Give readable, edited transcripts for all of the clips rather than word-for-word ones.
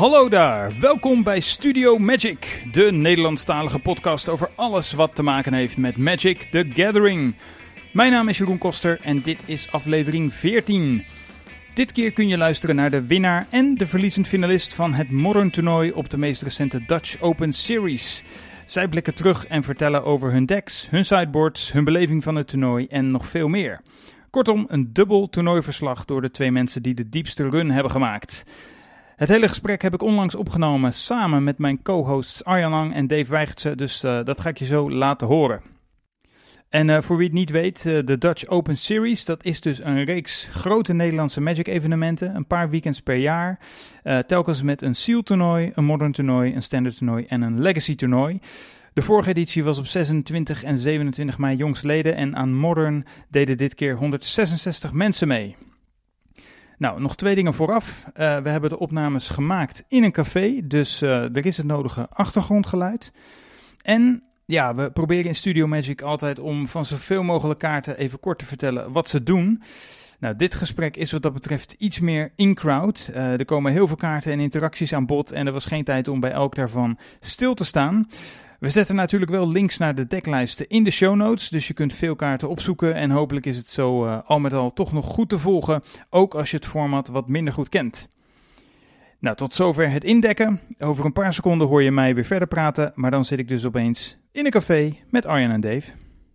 Hallo daar, welkom bij Studio Magic, de Nederlandstalige podcast over alles wat te maken heeft met Magic the Gathering. Mijn naam is Jeroen Koster en dit is aflevering 14. Dit keer kun je luisteren naar de winnaar en de verliezend finalist van het Modern toernooi op de meest recente Dutch Open Series. Zij blikken terug en vertellen over hun decks, hun sideboards, hun beleving van het toernooi en nog veel meer. Kortom, een dubbel toernooiverslag door de twee mensen die de diepste run hebben gemaakt. Het hele gesprek heb ik onlangs opgenomen samen met mijn co-hosts Arjan Lang en Dave Weigertse, dus dat ga ik je zo laten horen. En voor wie het niet weet, de Dutch Open Series, dat is dus een reeks grote Nederlandse Magic evenementen, een paar weekends per jaar. Telkens met een Seal toernooi, een Modern toernooi, een Standard toernooi en een Legacy toernooi. De vorige editie was op 26 en 27 mei jongstleden en aan Modern deden dit keer 166 mensen mee. Nou, nog twee dingen vooraf. We hebben de opnames gemaakt in een café, dus er is het nodige achtergrondgeluid. En ja, we proberen in Studio Magic altijd om van zoveel mogelijk kaarten even kort te vertellen wat ze doen. Nou, dit gesprek is wat dat betreft iets meer in-crowd. Er komen heel veel kaarten en interacties aan bod en er was geen tijd om bij elk daarvan stil te staan. We zetten natuurlijk wel links naar de decklijsten in de show notes, dus je kunt veel kaarten opzoeken en hopelijk is het zo al met al toch nog goed te volgen, ook als je het format wat minder goed kent. Nou, tot zover het indekken. Over een paar seconden hoor je mij weer verder praten, maar dan zit ik dus opeens in een café met Arjan en Dave.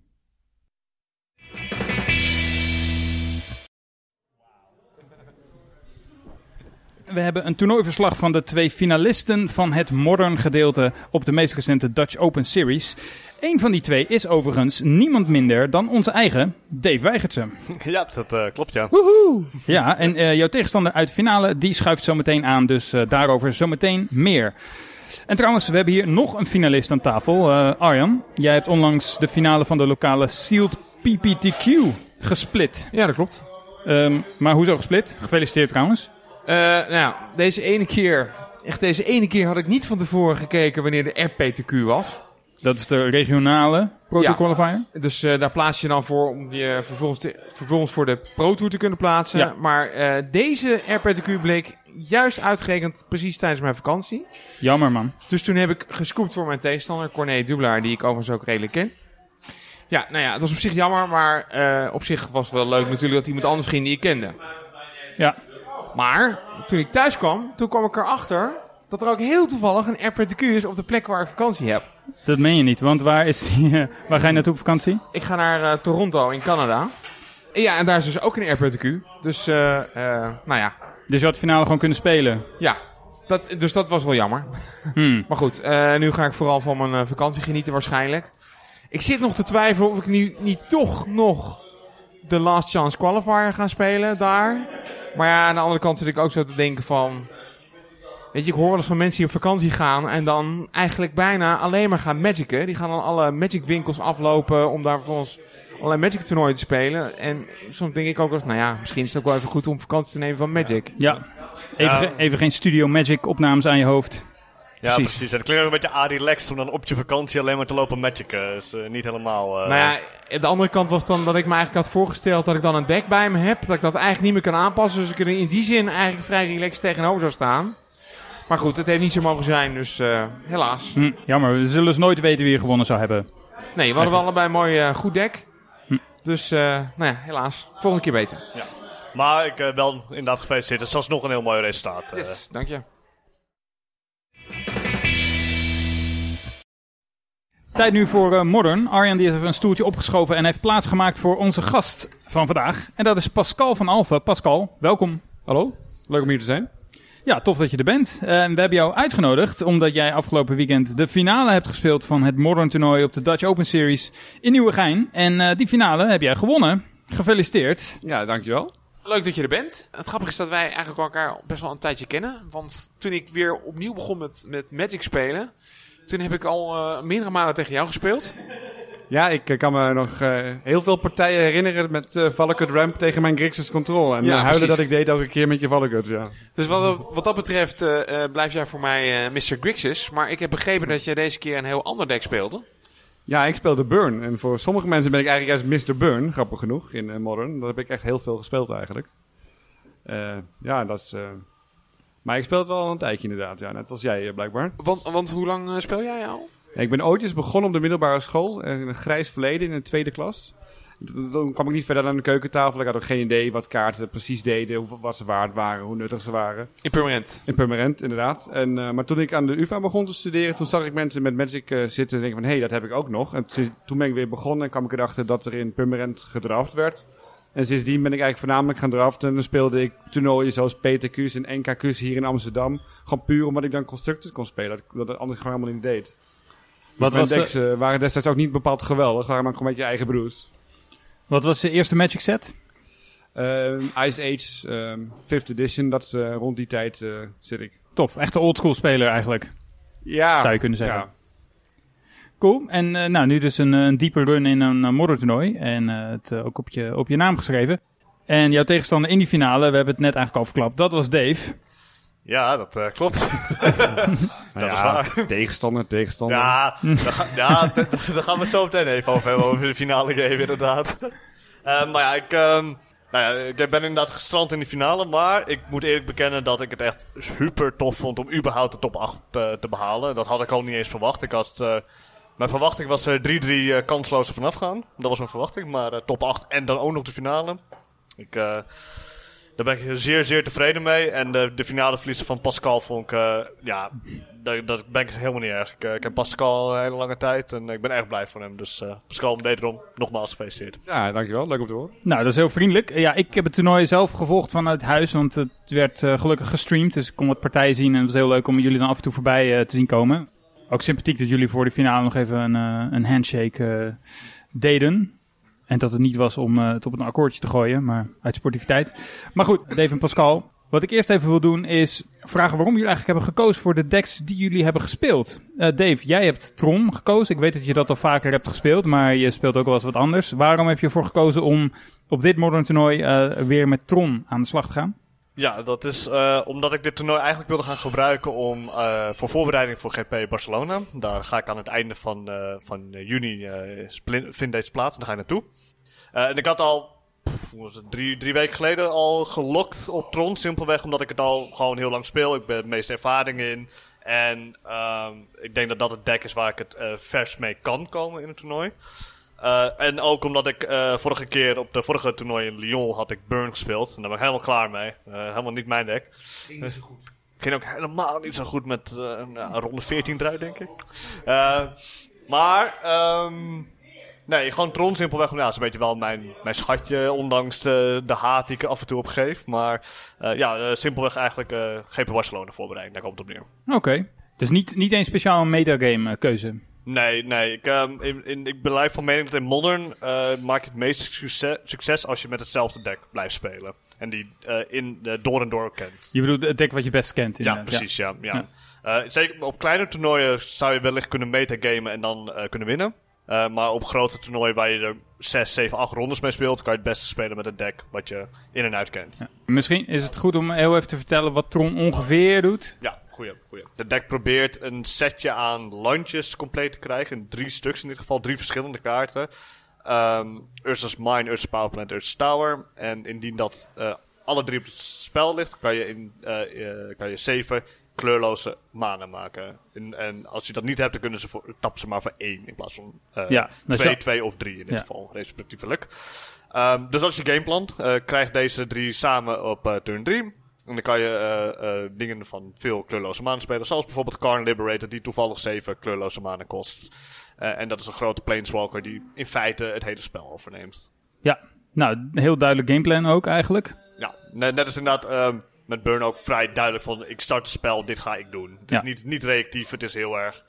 We hebben een toernooiverslag van de twee finalisten van het Modern gedeelte op de meest recente Dutch Open Series. Eén van die twee is overigens niemand minder dan onze eigen Dave Weigertse. Ja, dat klopt, ja. Woehoe! Ja, en jouw tegenstander uit de finale, die schuift zo meteen aan, dus daarover zometeen meer. En trouwens, we hebben hier nog een finalist aan tafel. Arjan, jij hebt onlangs de finale van de lokale Sealed PPTQ gesplit. Ja, dat klopt. Maar hoezo gesplit? Gefeliciteerd trouwens. Deze ene keer had ik niet van tevoren gekeken wanneer de RPTQ was. Dat is de regionale protoqualifier. Ja, dus daar plaats je dan voor om je vervolgens voor de Pro Tour te kunnen plaatsen. Ja. Maar deze RPTQ bleek juist uitgerekend precies tijdens mijn vakantie. Jammer, man. Dus toen heb ik gescoopt voor mijn tegenstander, Corné Dubelaar, die ik overigens ook redelijk ken. Ja, nou ja, het was op zich jammer, maar op zich was het wel leuk natuurlijk dat iemand anders ging die ik kende. Ja. Maar toen ik thuis kwam, toen kwam ik erachter dat er ook heel toevallig een RPTQ is op de plek waar ik vakantie heb. Dat meen je niet, want waar ga je naartoe op vakantie? Ik ga naar Toronto in Canada. Ja, en daar is dus ook een RPTQ. Dus, nou ja. Dus je had de finale gewoon kunnen spelen? Ja, dus dat was wel jammer. Maar goed, nu ga ik vooral van mijn vakantie genieten waarschijnlijk. Ik zit nog te twijfelen of ik nu niet toch nog de Last Chance Qualifier ga spelen daar. Maar ja, aan de andere kant zit ik ook zo te denken van... Weet je, ik hoor wel eens van mensen die op vakantie gaan en dan eigenlijk bijna alleen maar gaan magicen. Die gaan dan alle Magic winkels aflopen om daar vervolgens allerlei Magic toernooien te spelen. En soms denk ik ook wel eens, nou ja, misschien is het ook wel even goed om vakantie te nemen van Magic. Ja, even geen Studio Magic opnames aan je hoofd. Ja, precies. En het klinkt ook een beetje relaxed om dan op je vakantie alleen maar te lopen magicen. Dus niet helemaal... Nou ja, de andere kant was dan dat ik me eigenlijk had voorgesteld dat ik dan een deck bij me heb. Dat ik dat eigenlijk niet meer kan aanpassen. Dus ik er in die zin eigenlijk vrij relaxed tegenover zou staan. Maar goed, het heeft niet zo mogen zijn, dus helaas. Jammer, we zullen dus nooit weten wie er gewonnen zou hebben. Nee, we hadden wel allebei een mooi goed deck. Dus, nou ja, helaas. Volgende keer beter. Ja. Maar ik wel inderdaad gefeliciteerd. Het is alsnog een heel mooi resultaat. Yes, dank je. Tijd nu voor Modern. Arjan die heeft even een stoeltje opgeschoven en heeft plaatsgemaakt voor onze gast van vandaag. En dat is Pascal van Alphen. Pascal, welkom. Hallo, leuk om hier te zijn. Ja, tof dat je er bent. We hebben jou uitgenodigd omdat jij afgelopen weekend de finale hebt gespeeld van het Modern toernooi op de Dutch Open Series in Nieuwegein. En die finale heb jij gewonnen. Gefeliciteerd. Ja, dankjewel. Leuk dat je er bent. Het grappige is dat wij eigenlijk elkaar best wel een tijdje kennen. Want toen ik weer opnieuw begon met Magic spelen, toen heb ik al meerdere malen tegen jou gespeeld. Ja, ik kan me nog heel veel partijen herinneren met Valakut Ramp tegen mijn Grixis Control. En huilen precies. Dat ik deed elke keer met je Valakut, ja. Dus wat dat betreft blijf jij voor mij Mr. Grixis. Maar ik heb begrepen dat jij deze keer een heel ander deck speelde. Ja, ik speelde Burn. En voor sommige mensen ben ik eigenlijk juist Mr. Burn, grappig genoeg, in Modern. Dat heb ik echt heel veel gespeeld eigenlijk. Ja, dat is... Maar ik speel het wel al een tijdje inderdaad, ja, net als jij blijkbaar. Want hoe lang speel jij al? Ja, ik ben ooit begonnen op de middelbare school, in een grijs verleden, in de 2e klas. Toen kwam ik niet verder aan de keukentafel. Ik had ook geen idee wat kaarten precies deden, wat ze waard waren, hoe nuttig ze waren. In Permanent. In Permanent, inderdaad. Maar toen ik aan de UvA begon te studeren, toen zag ik mensen met Magic zitten en denken van, hé, dat heb ik ook nog. En toen ben ik weer begonnen en kwam ik erachter dat er in Permanent gedraft werd. En sindsdien ben ik eigenlijk voornamelijk gaan draften. En dan speelde ik toernooien zoals PTQ's en NKQ's hier in Amsterdam. Gewoon puur omdat ik dan Constructed kon spelen. Dat ik anders gewoon helemaal niet deed. Dus mijn decks waren destijds ook niet bepaald geweldig. Waren maar gewoon met je eigen broers. Wat was de eerste Magic set? Ice Age, 5th edition. Dat is rond die tijd zit ik. Tof, echt een oldschool speler eigenlijk. Ja. Zou je kunnen zeggen. Ja. Cool. En nu dus een diepe run in een modder toernooi. En het ook op je naam geschreven. En jouw tegenstander in die finale, we hebben het net eigenlijk al verklapt. Dat was Dave. Ja, dat klopt. Dat is waar. Tegenstander. Ja, daar gaan we het zo meteen even over hebben, over de finale game inderdaad. Maar ja, ik ben inderdaad gestrand in de finale, maar ik moet eerlijk bekennen dat ik het echt super tof vond om überhaupt de top 8 te behalen. Dat had ik al niet eens verwacht. Mijn verwachting was 3-3 kansloos vanaf gaan. Dat was mijn verwachting, maar top 8 en dan ook nog de finale. Daar ben ik zeer, zeer tevreden mee. En de finale verliezen van Pascal vond ik... dat ben ik helemaal niet erg. Ik heb Pascal een hele lange tijd en ik ben erg blij voor hem. Dus Pascal, wederom nogmaals gefeliciteerd. Ja, dankjewel. Leuk om te horen. Nou, dat is heel vriendelijk. Ja, ik heb het toernooi zelf gevolgd vanuit huis, want het werd gelukkig gestreamd. Dus ik kon wat partijen zien en het was heel leuk om jullie dan af en toe voorbij te zien komen. Ook sympathiek dat jullie voor de finale nog even een handshake deden. En dat het niet was om het op een akkoordje te gooien, maar uit sportiviteit. Maar goed, Dave en Pascal. Wat ik eerst even wil doen is vragen waarom jullie eigenlijk hebben gekozen voor de decks die jullie hebben gespeeld. Dave, jij hebt Tron gekozen. Ik weet dat je dat al vaker hebt gespeeld, maar je speelt ook wel eens wat anders. Waarom heb je ervoor gekozen om op dit Modern toernooi weer met Tron aan de slag te gaan? Ja, dat is omdat ik dit toernooi eigenlijk wilde gaan gebruiken voor voorbereiding voor GP Barcelona. Daar ga ik aan het einde van juni vindt deze plaats en daar ga ik naartoe. En ik had al drie weken geleden al gelokt op Tron, simpelweg omdat ik het al gewoon heel lang speel. Ik ben het meeste ervaring in. En ik denk dat dat het deck is waar ik het vers mee kan komen in het toernooi. En ook omdat ik vorige keer op de vorige toernooi in Lyon had ik Burn gespeeld. En daar ben ik helemaal klaar mee. Helemaal niet mijn deck. Ging niet zo goed. Ging ook helemaal niet zo goed met ronde 14 eruit, denk ik. Nee, gewoon Tron simpelweg. Ja, dat is een beetje wel mijn schatje, ondanks de haat die ik er af en toe op geef. Maar simpelweg eigenlijk GP Barcelona voorbereiding. Daar komt het op neer. Oké. Dus niet eens speciaal een metagame keuze. Nee. Ik blijf van mening dat in Modern maak je het meeste succes als je met hetzelfde deck blijft spelen. En die door en door kent. Je bedoelt het deck wat je best kent? Ja, precies. Ja. Zeker op kleine toernooien zou je wellicht kunnen metagamen en dan kunnen winnen. Maar op grote toernooien waar je er 6, 7, 8 rondes mee speelt, kan je het beste spelen met het deck wat je in en uit kent. Ja. Misschien is het goed om heel even te vertellen wat Tron ongeveer doet. Ja, goeie. De deck probeert een setje aan landjes compleet te krijgen. 3 stuks in dit geval, 3 verschillende kaarten. Urza's Mine, Urza's Powerplant, Urza's Tower. En indien dat alle 3 op het spel ligt, kan je 7 kleurloze mana maken. En als je dat niet hebt, dan kunnen tappen ze maar voor 1 in plaats van 2 of 3 in dit geval, respectievelijk. Dus als je gameplant, krijg deze 3 samen op turn 3. En dan kan je dingen van veel kleurloze mana spelen, zoals bijvoorbeeld Karn Liberator, die toevallig 7 kleurloze mana kost. En dat is een grote planeswalker die in feite het hele spel overneemt. Ja, nou, heel duidelijk gameplan ook eigenlijk. Ja, net als inderdaad met Burn ook vrij duidelijk van, ik start het spel, dit ga ik doen. Het is niet reactief, het is heel erg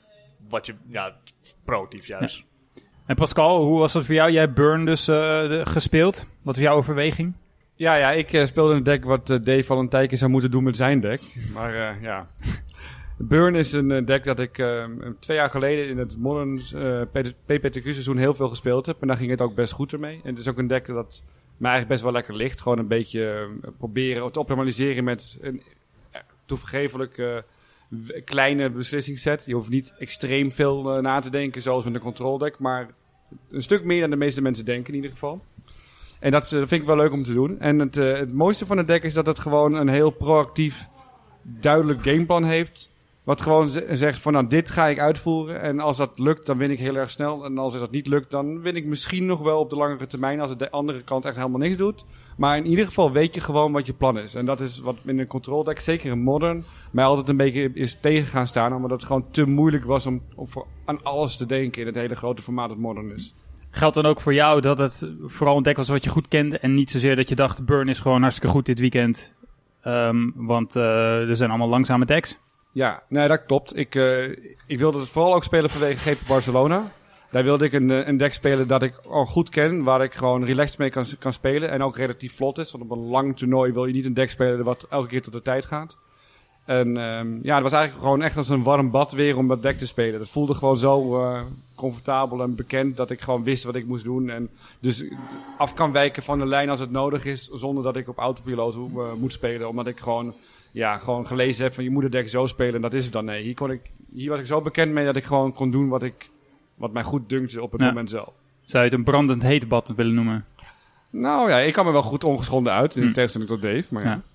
proactief juist. Ja. En Pascal, hoe was dat voor jou? Jij hebt Burn dus gespeeld. Wat was jouw overweging? Ja, ik speelde een deck wat Dave al een tijdje zou moeten doen met zijn deck. Maar Burn is een deck dat ik 2 jaar geleden in het Modern PPTQ seizoen heel veel gespeeld heb. En daar ging het ook best goed ermee. En het is ook een deck dat mij eigenlijk best wel lekker ligt. Gewoon een beetje proberen te optimaliseren met een toevergeeflijk kleine beslissingsset. Je hoeft niet extreem veel na te denken, zoals met een control deck. Maar een stuk meer dan de meeste mensen denken in ieder geval. En dat vind ik wel leuk om te doen. En het mooiste van het deck is dat het gewoon een heel proactief duidelijk gameplan heeft. Wat gewoon zegt van, nou, dit ga ik uitvoeren. En als dat lukt, dan win ik heel erg snel. En als dat niet lukt, dan win ik misschien nog wel op de langere termijn. Als het de andere kant echt helemaal niks doet. Maar in ieder geval weet je gewoon wat je plan is. En dat is wat in een control deck, zeker in Modern, mij altijd een beetje is tegen gaan staan. Omdat het gewoon te moeilijk was om aan alles te denken in het hele grote formaat dat Modern is. Geldt dan ook voor jou dat het vooral een deck was wat je goed kende en niet zozeer dat je dacht, Burn is gewoon hartstikke goed dit weekend, want er zijn allemaal langzame decks? Ja, nee, dat klopt. Ik wilde het vooral ook spelen vanwege GP Barcelona. Daar wilde ik een deck spelen dat ik al goed ken, waar ik gewoon relaxed mee kan spelen en ook relatief vlot is. Want op een lang toernooi wil je niet een deck spelen wat elke keer tot de tijd gaat. En het was eigenlijk gewoon echt als een warm bad weer om dat deck te spelen. Dat voelde gewoon zo comfortabel en bekend dat ik gewoon wist wat ik moest doen. En dus af kan wijken van de lijn als het nodig is, zonder dat ik op autopiloot moet spelen. Omdat ik gewoon gelezen heb van je moet het deck zo spelen en dat is het dan. Nee, hier was ik zo bekend mee dat ik gewoon kon doen wat mij goed dunkte op het moment zelf. Zou je het een brandend heet bad willen noemen? Nou ja, ik kan me wel goed ongeschonden uit, in tegenstelling tot Dave. Maar ja.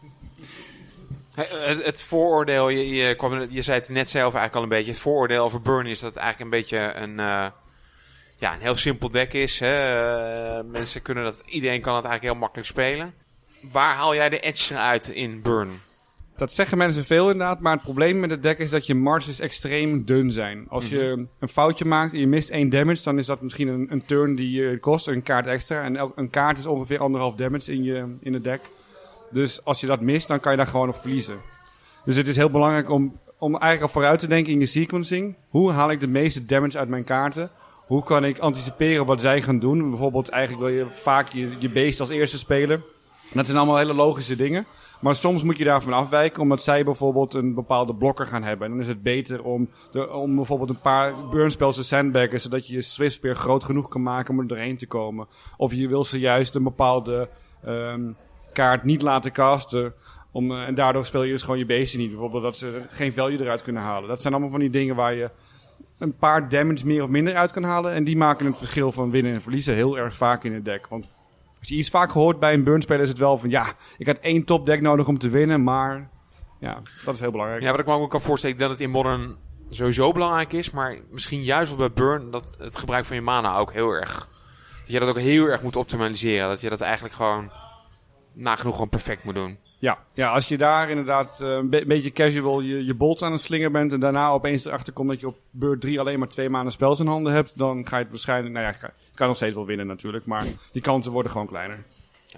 Het vooroordeel, je zei het net zelf eigenlijk al een beetje. Het vooroordeel over Burn is dat het eigenlijk een beetje een heel simpel deck is. Hè? Iedereen kan het eigenlijk heel makkelijk spelen. Waar haal jij de edge uit in Burn? Dat zeggen mensen veel inderdaad, maar het probleem met het deck is dat je marges extreem dun zijn. Als je een foutje maakt en je mist 1 damage, dan is dat misschien een turn die je kost, een kaart extra. En een kaart is ongeveer 1,5 damage in het deck. Dus als je dat mist, dan kan je daar gewoon op verliezen. Dus het is heel belangrijk om eigenlijk al vooruit te denken in je sequencing. Hoe haal ik de meeste damage uit mijn kaarten? Hoe kan ik anticiperen wat zij gaan doen? Bijvoorbeeld, eigenlijk wil je vaak je beest als eerste spelen. Dat zijn allemaal hele logische dingen. Maar soms moet je daarvan afwijken, omdat zij bijvoorbeeld een bepaalde blokker gaan hebben. En dan is het beter om bijvoorbeeld een paar burnspells te sandbaggen, zodat je je Swiftspear groot genoeg kan maken om er doorheen te komen. Of je wil ze juist een bepaalde kaart niet laten casten. En daardoor speel je dus gewoon je beesten niet. Bijvoorbeeld dat ze geen value eruit kunnen halen. Dat zijn allemaal van die dingen waar je een paar damage meer of minder uit kan halen. En die maken het verschil van winnen en verliezen heel erg vaak in het deck. Want als je iets vaak hoort bij een burnspeler is het wel van ja, ik had 1 topdeck nodig om te winnen. Maar ja, dat is heel belangrijk. Ja, wat ik me ook kan voorstellen, dat het in Modern sowieso belangrijk is. Maar misschien juist wel bij Burn dat het gebruik van je mana ook heel erg... Dat je dat ook heel erg moet optimaliseren. Dat je dat eigenlijk gewoon nagenoeg gewoon perfect moet doen. Ja, als je daar inderdaad een beetje casual je bolt aan het slingen bent en daarna opeens erachter komt dat je op beurt 3 alleen maar 2 maanden spels in handen hebt, dan ga je het waarschijnlijk... Nou ja, je kan nog steeds wel winnen natuurlijk, maar die kansen worden gewoon kleiner. Ja.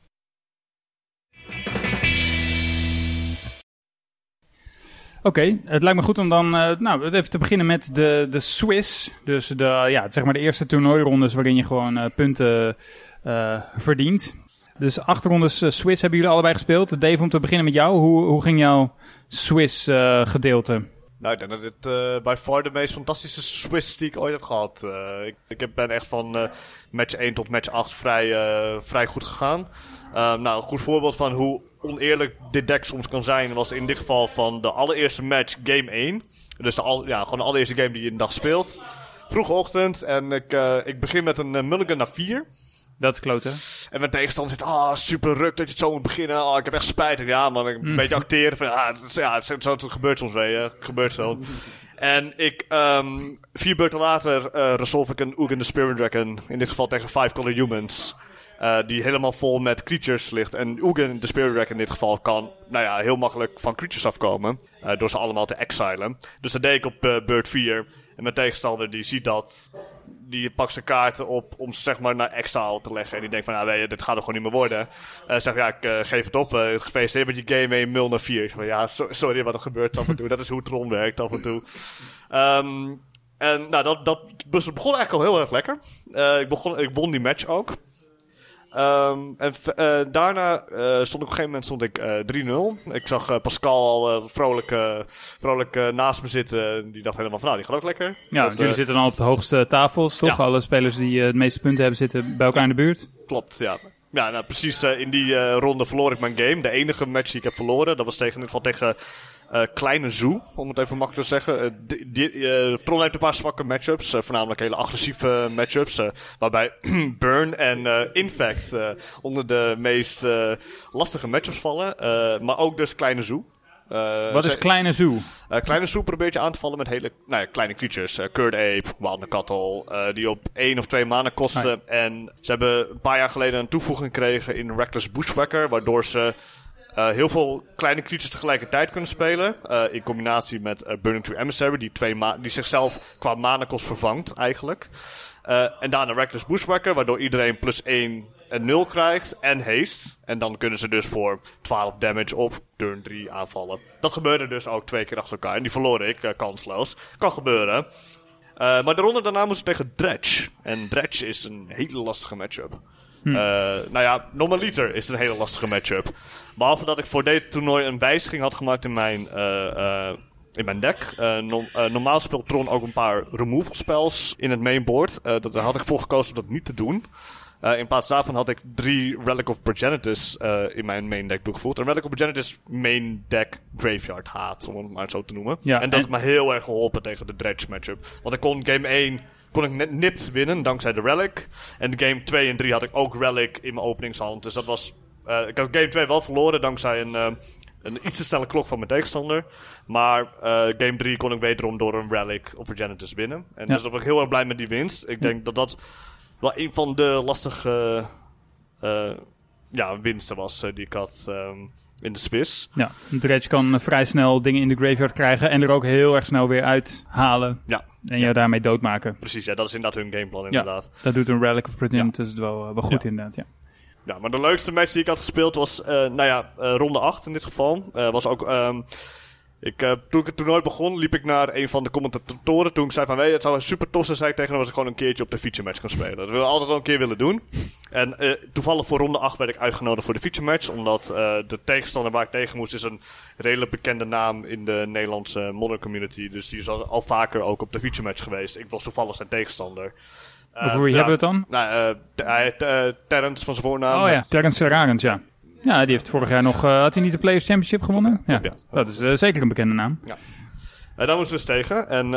Oké, het lijkt me goed om dan even te beginnen met de Swiss. Dus zeg maar de eerste toernooirondes waarin je gewoon punten verdient. Dus 8 rondes Swiss hebben jullie allebei gespeeld. Dave, om te beginnen met jou. Hoe ging jouw Swiss gedeelte? Nou, ik denk dat dit by far de meest fantastische Swiss die ik ooit heb gehad. Ik ben echt van match 1 tot match 8 vrij goed gegaan. Een goed voorbeeld van hoe oneerlijk dit deck soms kan zijn was in dit geval van de allereerste match game 1. Dus gewoon de allereerste game die je een dag speelt. Vroege ochtend en ik begin met een mulligan naar 4. Dat is kloten. En mijn tegenstander zegt, super ruk dat je het zo moet beginnen. Ik heb echt spijt. Ja man, een beetje acteren. Het gebeurt soms weer. Het gebeurt zo. En 4 beurten later resolve ik een Ugin the Spirit Dragon. In dit geval tegen 5 color humans. Die helemaal vol met creatures ligt. En Ugin the Spirit Dragon in dit geval kan heel makkelijk van creatures afkomen. Door ze allemaal te exilen. Dus dat deed ik op beurt 4. En mijn tegenstander die ziet dat... Die pakt zijn kaarten op om ze zeg maar naar exile te leggen. En die denkt van, dit gaat er gewoon niet meer worden. Zegt, ik geef het op. Gefeliciteerd met je game 1, 0 naar 4. Ik zeg, sorry wat er gebeurt af en toe. Dat is hoe Tron werkt af en toe. Dat begon eigenlijk al heel erg lekker. Ik won die match ook. Daarna stond ik op een gegeven moment 3-0. Ik zag Pascal al vrolijk naast me zitten. Die dacht helemaal van, die gaat ook lekker. Ja, jullie zitten dan op de hoogste tafels, toch? Ja. Alle spelers die het meeste punten hebben zitten bij elkaar in de buurt. Klopt, ja. Ja, precies in die ronde verloor ik mijn game. De enige match die ik heb verloren, dat was tegen Kleine Zoo, om het even makkelijk te zeggen. Tron heeft een paar zwakke matchups, voornamelijk hele agressieve matchups, waarbij Burn en Infect onder de meest lastige matchups vallen. Maar ook dus Kleine Zoo. Wat is Kleine Zoo? Kleine Zoo probeert je aan te vallen met hele kleine creatures. Curd Ape, Wildcattle, die op 1 of 2 mana kosten. Oh ja. En ze hebben een paar jaar geleden een toevoeging gekregen in Reckless Bushwhacker, waardoor ze heel veel kleine creatures tegelijkertijd kunnen spelen. In combinatie met Burning Tree Emissary, die zichzelf qua mana kost vervangt eigenlijk. En daarna Reckless Bushwhacker, waardoor iedereen +1 en 0 krijgt en haste. En dan kunnen ze dus voor 12 damage op turn 3 aanvallen. Dat gebeurde dus ook 2 keer achter elkaar. En die verloor ik kansloos. Kan gebeuren. Maar de ronde daarna moest ik tegen Dredge. En Dredge is een hele lastige matchup. Normaliter is het een hele lastige matchup. Behalve dat ik voor dit toernooi een wijziging had gemaakt in mijn deck. Normaal speelt Tron ook een paar removal spells in het mainboard. Daar had ik voor gekozen om dat niet te doen. In plaats daarvan had ik 3 Relic of Progenitus in mijn main deck toegevoegd. Een Relic of Progenitus main deck graveyard haat, om het maar zo te noemen. Ja, en dat heeft me heel erg geholpen tegen de Dredge matchup. Want ik kon game 1 net nipt winnen, dankzij de Relic. En game 2 en 3 had ik ook Relic in mijn openingshand. Dus dat was... ik had game 2 wel verloren, dankzij een iets te snelle klok van mijn tegenstander. Maar game 3 kon ik wederom door een Relic of Progenitus winnen. En dus ben ik heel erg blij met die winst. Ik denk dat wel een van de lastige winsten was die ik had in de Swiss. Ja, Dredge kan vrij snel dingen in de graveyard krijgen en er ook heel erg snel weer uithalen. Ja. En je daarmee doodmaken. Precies, dat is inderdaad hun gameplan inderdaad. Dat doet een Relic of Progenitus wel goed inderdaad, ja. Ja, maar de leukste match die ik had gespeeld was, ronde 8 in dit geval. Was ook... toen ik het toernooi begon, liep ik naar een van de commentatoren. Toen ik zei van, het zou super tof zijn, zei ik tegen hem, als ik gewoon een keertje op de feature match kan spelen. Dat wil ik altijd wel een keer willen doen. En toevallig voor ronde 8 werd ik uitgenodigd voor de feature match. Omdat de tegenstander waar ik tegen moest is een redelijk bekende naam in de Nederlandse Modern community. Dus die is al vaker ook op de feature match geweest. Ik was toevallig zijn tegenstander. Over wie hebben we het dan? Terrence van zijn voornaam. Oh ja, Terrence Rarens, ja. Ja, die heeft vorig jaar nog... had hij niet de Players Championship gewonnen? Ja, dat is zeker een bekende naam. Ja. Daar moesten we dus tegen. En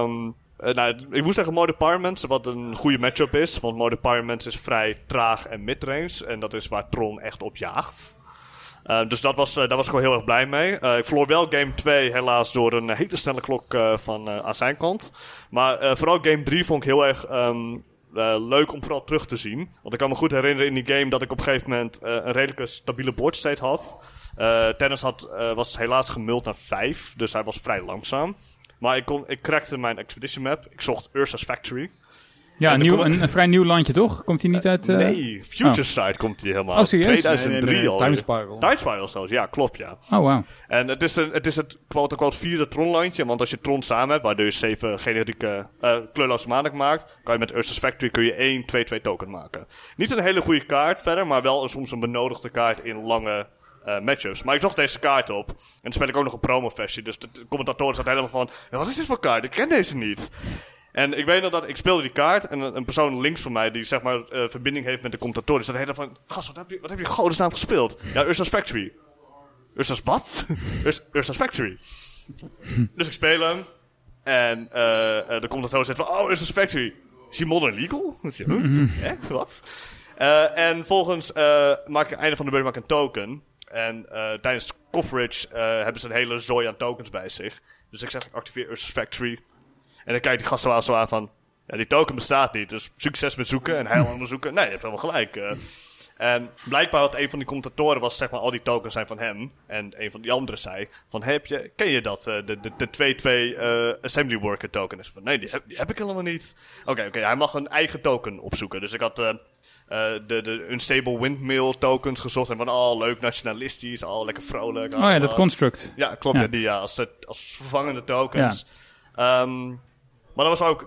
ik moest tegen Modern Parliaments, wat een goede matchup is. Want Modern Parliaments is vrij traag en midrange. En dat is waar Tron echt op jaagt. Dus daar was ik gewoon heel erg blij mee. Ik verloor wel game 2 helaas door een hele snelle klok aan zijn kant. Maar vooral game 3 vond ik heel erg... leuk om vooral terug te zien. Want ik kan me goed herinneren in die game dat ik op een gegeven moment een redelijke stabiele board state had. Terrence was helaas gemuld naar 5, dus hij was vrij langzaam. Maar ik crackte mijn expedition map. Ik zocht Ursa's Factory. Ja, een vrij nieuw landje, toch? Komt hij niet uit... Nee, Future Side komt hij helemaal. Oh, serieus? 2003 al. Time Spiral. Time Spiral zelfs, ja, klopt, ja. Oh, wow. En het is het quote-unquote 4e Tron-landje. Want als je Tron samen hebt, waardoor je 7 generieke kleurloze maanden maakt, kan je met Ursa's Factory 1 2/2 token maken. Niet een hele goede kaart verder, maar wel soms een benodigde kaart in lange... matchups. Maar ik zocht deze kaart op. En dan speel ik ook nog een promo-versie. Dus de commentatoren zaten helemaal van... Wat is dit voor kaart? Ik ken deze niet. En ik weet nog dat ik speelde die kaart. En een persoon links van mij die zeg maar verbinding heeft met de commentatoren. Die zat helemaal van... Gast, wat heb je in godesnaam gespeeld? Ja, Ursa's Factory. Ursa's wat? Ursa's Factory. Dus ik speel hem. En de commentator zegt van... Oh, Ursa's Factory. Is die modern legal? Wat? En vervolgens maak ik einde van de beurt een token. En tijdens coverage hebben ze een hele zooi aan tokens bij zich. Dus ik zeg, ik activeer Ursa's Factory. En dan kijkt die gast zo aan van... Ja, die token bestaat niet, dus succes met zoeken en heil onderzoeken. Nee, je hebt helemaal gelijk. En blijkbaar had een van die commentatoren was zeg maar al die tokens zijn van hem. En een van die anderen zei van ken je dat? De 2/2 Assembly Worker token. En van nee, die heb ik helemaal niet. Oké, hij mag een eigen token opzoeken. Dus ik had de Unstable Windmill tokens gezocht. En van leuk, nationalistisch, lekker vrolijk. Oh ja, dat construct. Ja, klopt. Ja. Die als vervangende tokens. Ja. Maar dat was ook,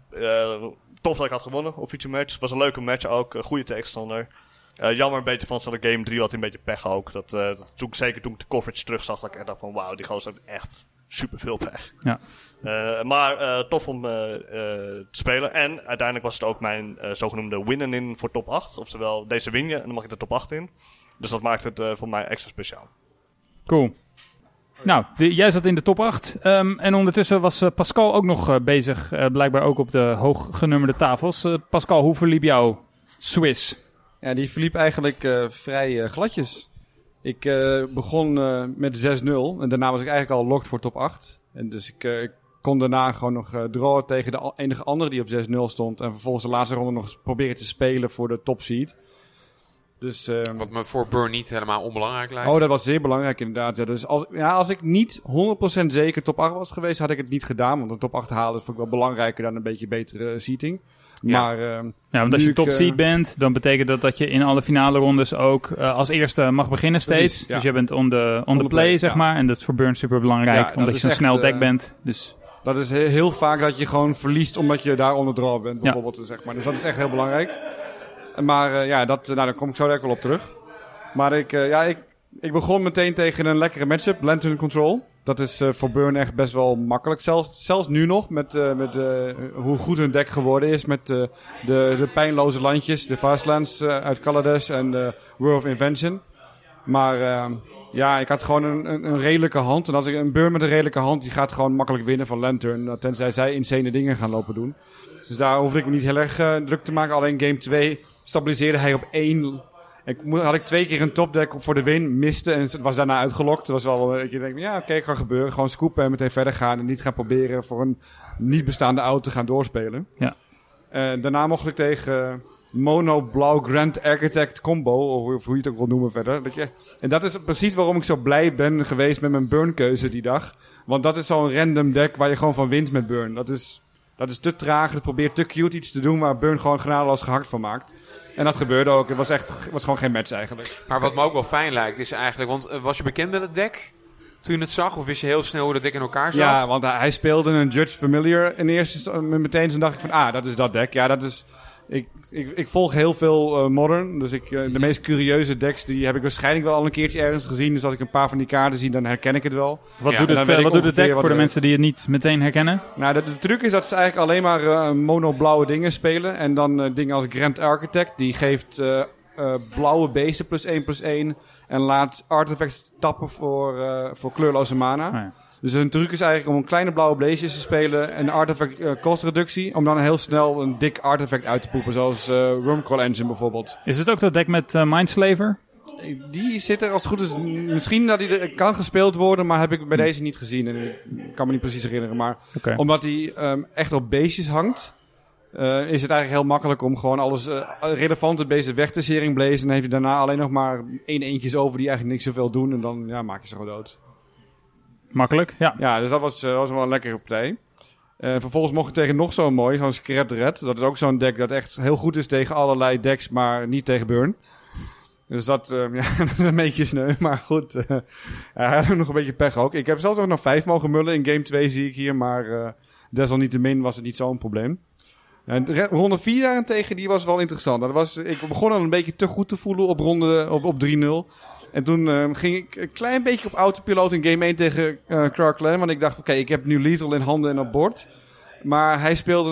tof dat ik had gewonnen op feature match. Het was een leuke match ook, een goede tegenstander. Jammer een beetje van game 3 had hij een beetje pech ook. Zeker toen ik de coverage terug zag, dat ik echt dacht van wauw, die gozer heeft echt super veel pech. Ja. Maar tof om te spelen. En uiteindelijk was het ook mijn zogenoemde win-in voor top 8. Oftewel, deze win je en dan mag ik de top 8 in. Dus dat maakt het voor mij extra speciaal. Cool. Nou, jij zat in de top 8. En ondertussen was Pascal ook nog bezig. Blijkbaar ook op de hooggenummerde tafels. Pascal, hoe verliep jouw Swiss? Ja, die verliep eigenlijk vrij gladjes. Ik begon met 6-0 en daarna was ik eigenlijk al locked voor top 8. En dus ik kon daarna gewoon nog drawen tegen de enige andere die op 6-0 stond. En vervolgens de laatste ronde nog proberen te spelen voor de top seed. Dus, wat me voor Burn niet helemaal onbelangrijk lijkt. Oh, dat was zeer belangrijk inderdaad. Ja, dus als ik niet 100% zeker top 8 was geweest, had ik het niet gedaan. Want een top 8 halen vond ik wel belangrijker dan een beetje betere seating. Maar, want als je top seed bent, dan betekent dat je in alle finale rondes ook als eerste mag beginnen steeds. Precies, ja. Dus je bent on the play, zeg maar. En dat is voor Burn super belangrijk, omdat je zo'n snel deck bent. Dus dat is heel vaak dat je gewoon verliest omdat je daar onder draw bent, bijvoorbeeld. Zeg maar. Dus dat is echt heel belangrijk. Maar daar kom ik zo direct wel op terug. Maar ik begon meteen tegen een lekkere matchup, Lantern Control. Dat is voor Burn echt best wel makkelijk. Zelfs nu nog, met hoe goed hun deck geworden is. Met de pijnloze landjes, de Fastlands uit Kaladesh en de World of Invention. Maar ik had gewoon een redelijke hand. En als ik een Burn met een redelijke hand, die gaat gewoon makkelijk winnen van Lantern. Tenzij zij insane dingen gaan lopen doen. Dus daar hoefde ik me niet heel erg druk te maken. Alleen game 2 stabiliseerde hij op 1. Had ik 2 keer een topdeck voor de win, miste en was daarna uitgelokt. Dat was wel ik denk, oké, kan gebeuren. Gewoon scoopen en meteen verder gaan en niet gaan proberen voor een niet bestaande out te gaan doorspelen. Ja. Daarna mocht ik tegen Mono Blauw Grand Architect combo, of hoe je het ook wil noemen verder. En dat is precies waarom ik zo blij ben geweest met mijn Burn keuze die dag. Want dat is zo'n random deck waar je gewoon van wint met Burn. Dat is te traag, het probeert te cute iets te doen waar Burn gewoon genadeloos gehakt van maakt. En dat gebeurde ook. Het was gewoon geen match eigenlijk. Maar wat me ook wel fijn lijkt is eigenlijk, want was je bekend met het deck toen je het zag? Of wist je heel snel hoe dat deck in elkaar zat? Ja, want hij speelde een Judge Familiar in eerste meteen. Toen dacht ik van, dat is dat deck. Ja, dat is... Ik volg heel veel Modern. Dus de meest curieuze decks die heb ik waarschijnlijk wel al een keertje ergens gezien. Dus als ik een paar van die kaarten zie, dan herken ik het wel. Wat doet het deck voor de mensen die het niet meteen herkennen? Nou, de truc is dat ze eigenlijk alleen maar mono-blauwe dingen spelen. En dan dingen als Grand Architect. Die geeft blauwe beesten +1/+1. En laat artifacts tappen voor kleurloze mana. Oh ja. Dus hun truc is eigenlijk om een kleine blauwe blazejes te spelen en artifact kostreductie, om dan heel snel een dik artefact uit te poepen, zoals Wormcrawl Engine bijvoorbeeld. Is het ook dat deck met Mindslaver? Die zit er als het goed is, misschien dat die er kan gespeeld worden, maar heb ik bij deze niet gezien. En ik kan me niet precies herinneren, maar omdat die echt op beestjes hangt, is het eigenlijk heel makkelijk om gewoon alles relevante beesten weg te Searing Blaze. En dan heeft je daarna alleen nog maar 1 eentjes over die eigenlijk niks zoveel doen en dan maak je ze gewoon dood. Makkelijk, ja. Ja, dus dat was wel een lekkere play. Vervolgens mocht ik tegen nog zo'n mooi, zo'n Secret Red. Dat is ook zo'n deck dat echt heel goed is tegen allerlei decks, maar niet tegen Burn. Dus dat, dat is een beetje sneu, maar goed. Hij had nog een beetje pech ook. Ik heb zelfs ook nog 5 mogen mullen in game 2 zie ik hier, maar desalniettemin was het niet zo'n probleem. En ronde 4 daarentegen, die was wel interessant. Ik begon al een beetje te goed te voelen op 3-0. En toen ging ik een klein beetje op autopiloot in game 1 tegen Clark-Len. Want ik dacht, oké, ik heb nu lethal in handen en op bord. Maar hij speelde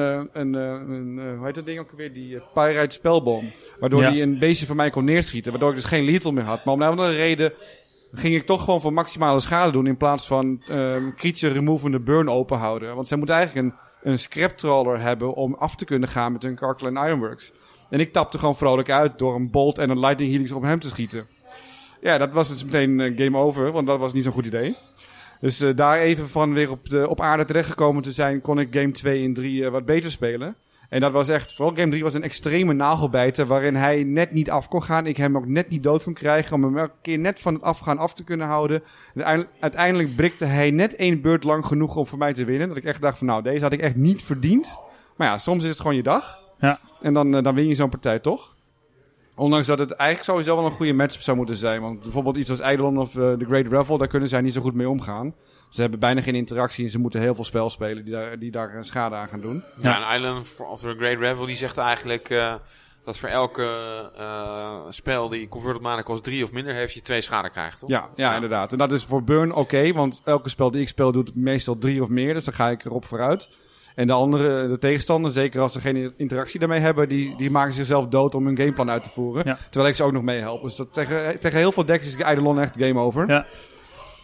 hoe heet dat ding ook weer? Die Pyrite Spellbomb. Waardoor hij een beestje van mij kon neerschieten. Waardoor ik dus geen lethal meer had. Maar om een andere reden ging ik toch gewoon voor maximale schade doen. In plaats van creature removende burn open houden. Want zij moeten eigenlijk een scrap trawler hebben om af te kunnen gaan met hun Clark-Len Ironworks. En ik tapte gewoon vrolijk uit door een bolt en een lightning helix op hem te schieten. Ja, dat was dus meteen game over, want dat was niet zo'n goed idee. Dus daar even van weer op aarde terechtgekomen te zijn, kon ik game 2 en 3 wat beter spelen. En dat was echt, vooral game 3 was een extreme nagelbijter, waarin hij net niet af kon gaan. Ik hem ook net niet dood kon krijgen, om hem elke keer net van het afgaan af te kunnen houden. En uiteindelijk brikte hij net 1 beurt lang genoeg om voor mij te winnen. Dat ik echt dacht van, nou, deze had ik echt niet verdiend. Maar ja, soms is het gewoon je dag. Ja. En dan win je zo'n partij toch. Ondanks dat het eigenlijk sowieso wel een goede matchup zou moeten zijn. Want bijvoorbeeld iets als Eidolon of The Great Revel, daar kunnen zij niet zo goed mee omgaan. Ze hebben bijna geen interactie en ze moeten heel veel spel spelen die daar schade aan gaan doen. Ja, en Island of The Great Revel die zegt eigenlijk dat voor elke spel die converted mana kost 3 of minder heeft je 2 schade krijgt, toch? Ja, inderdaad. En dat is voor Burn oké, want elke spel die ik speel doet meestal 3 of meer. Dus dan ga ik erop vooruit. En de tegenstander, zeker als ze geen interactie daarmee hebben, die maken zichzelf dood om hun gameplan uit te voeren. Ja. Terwijl ik ze ook nog meehelp. Dus dat tegen heel veel decks is Eidolon echt game over. Ja.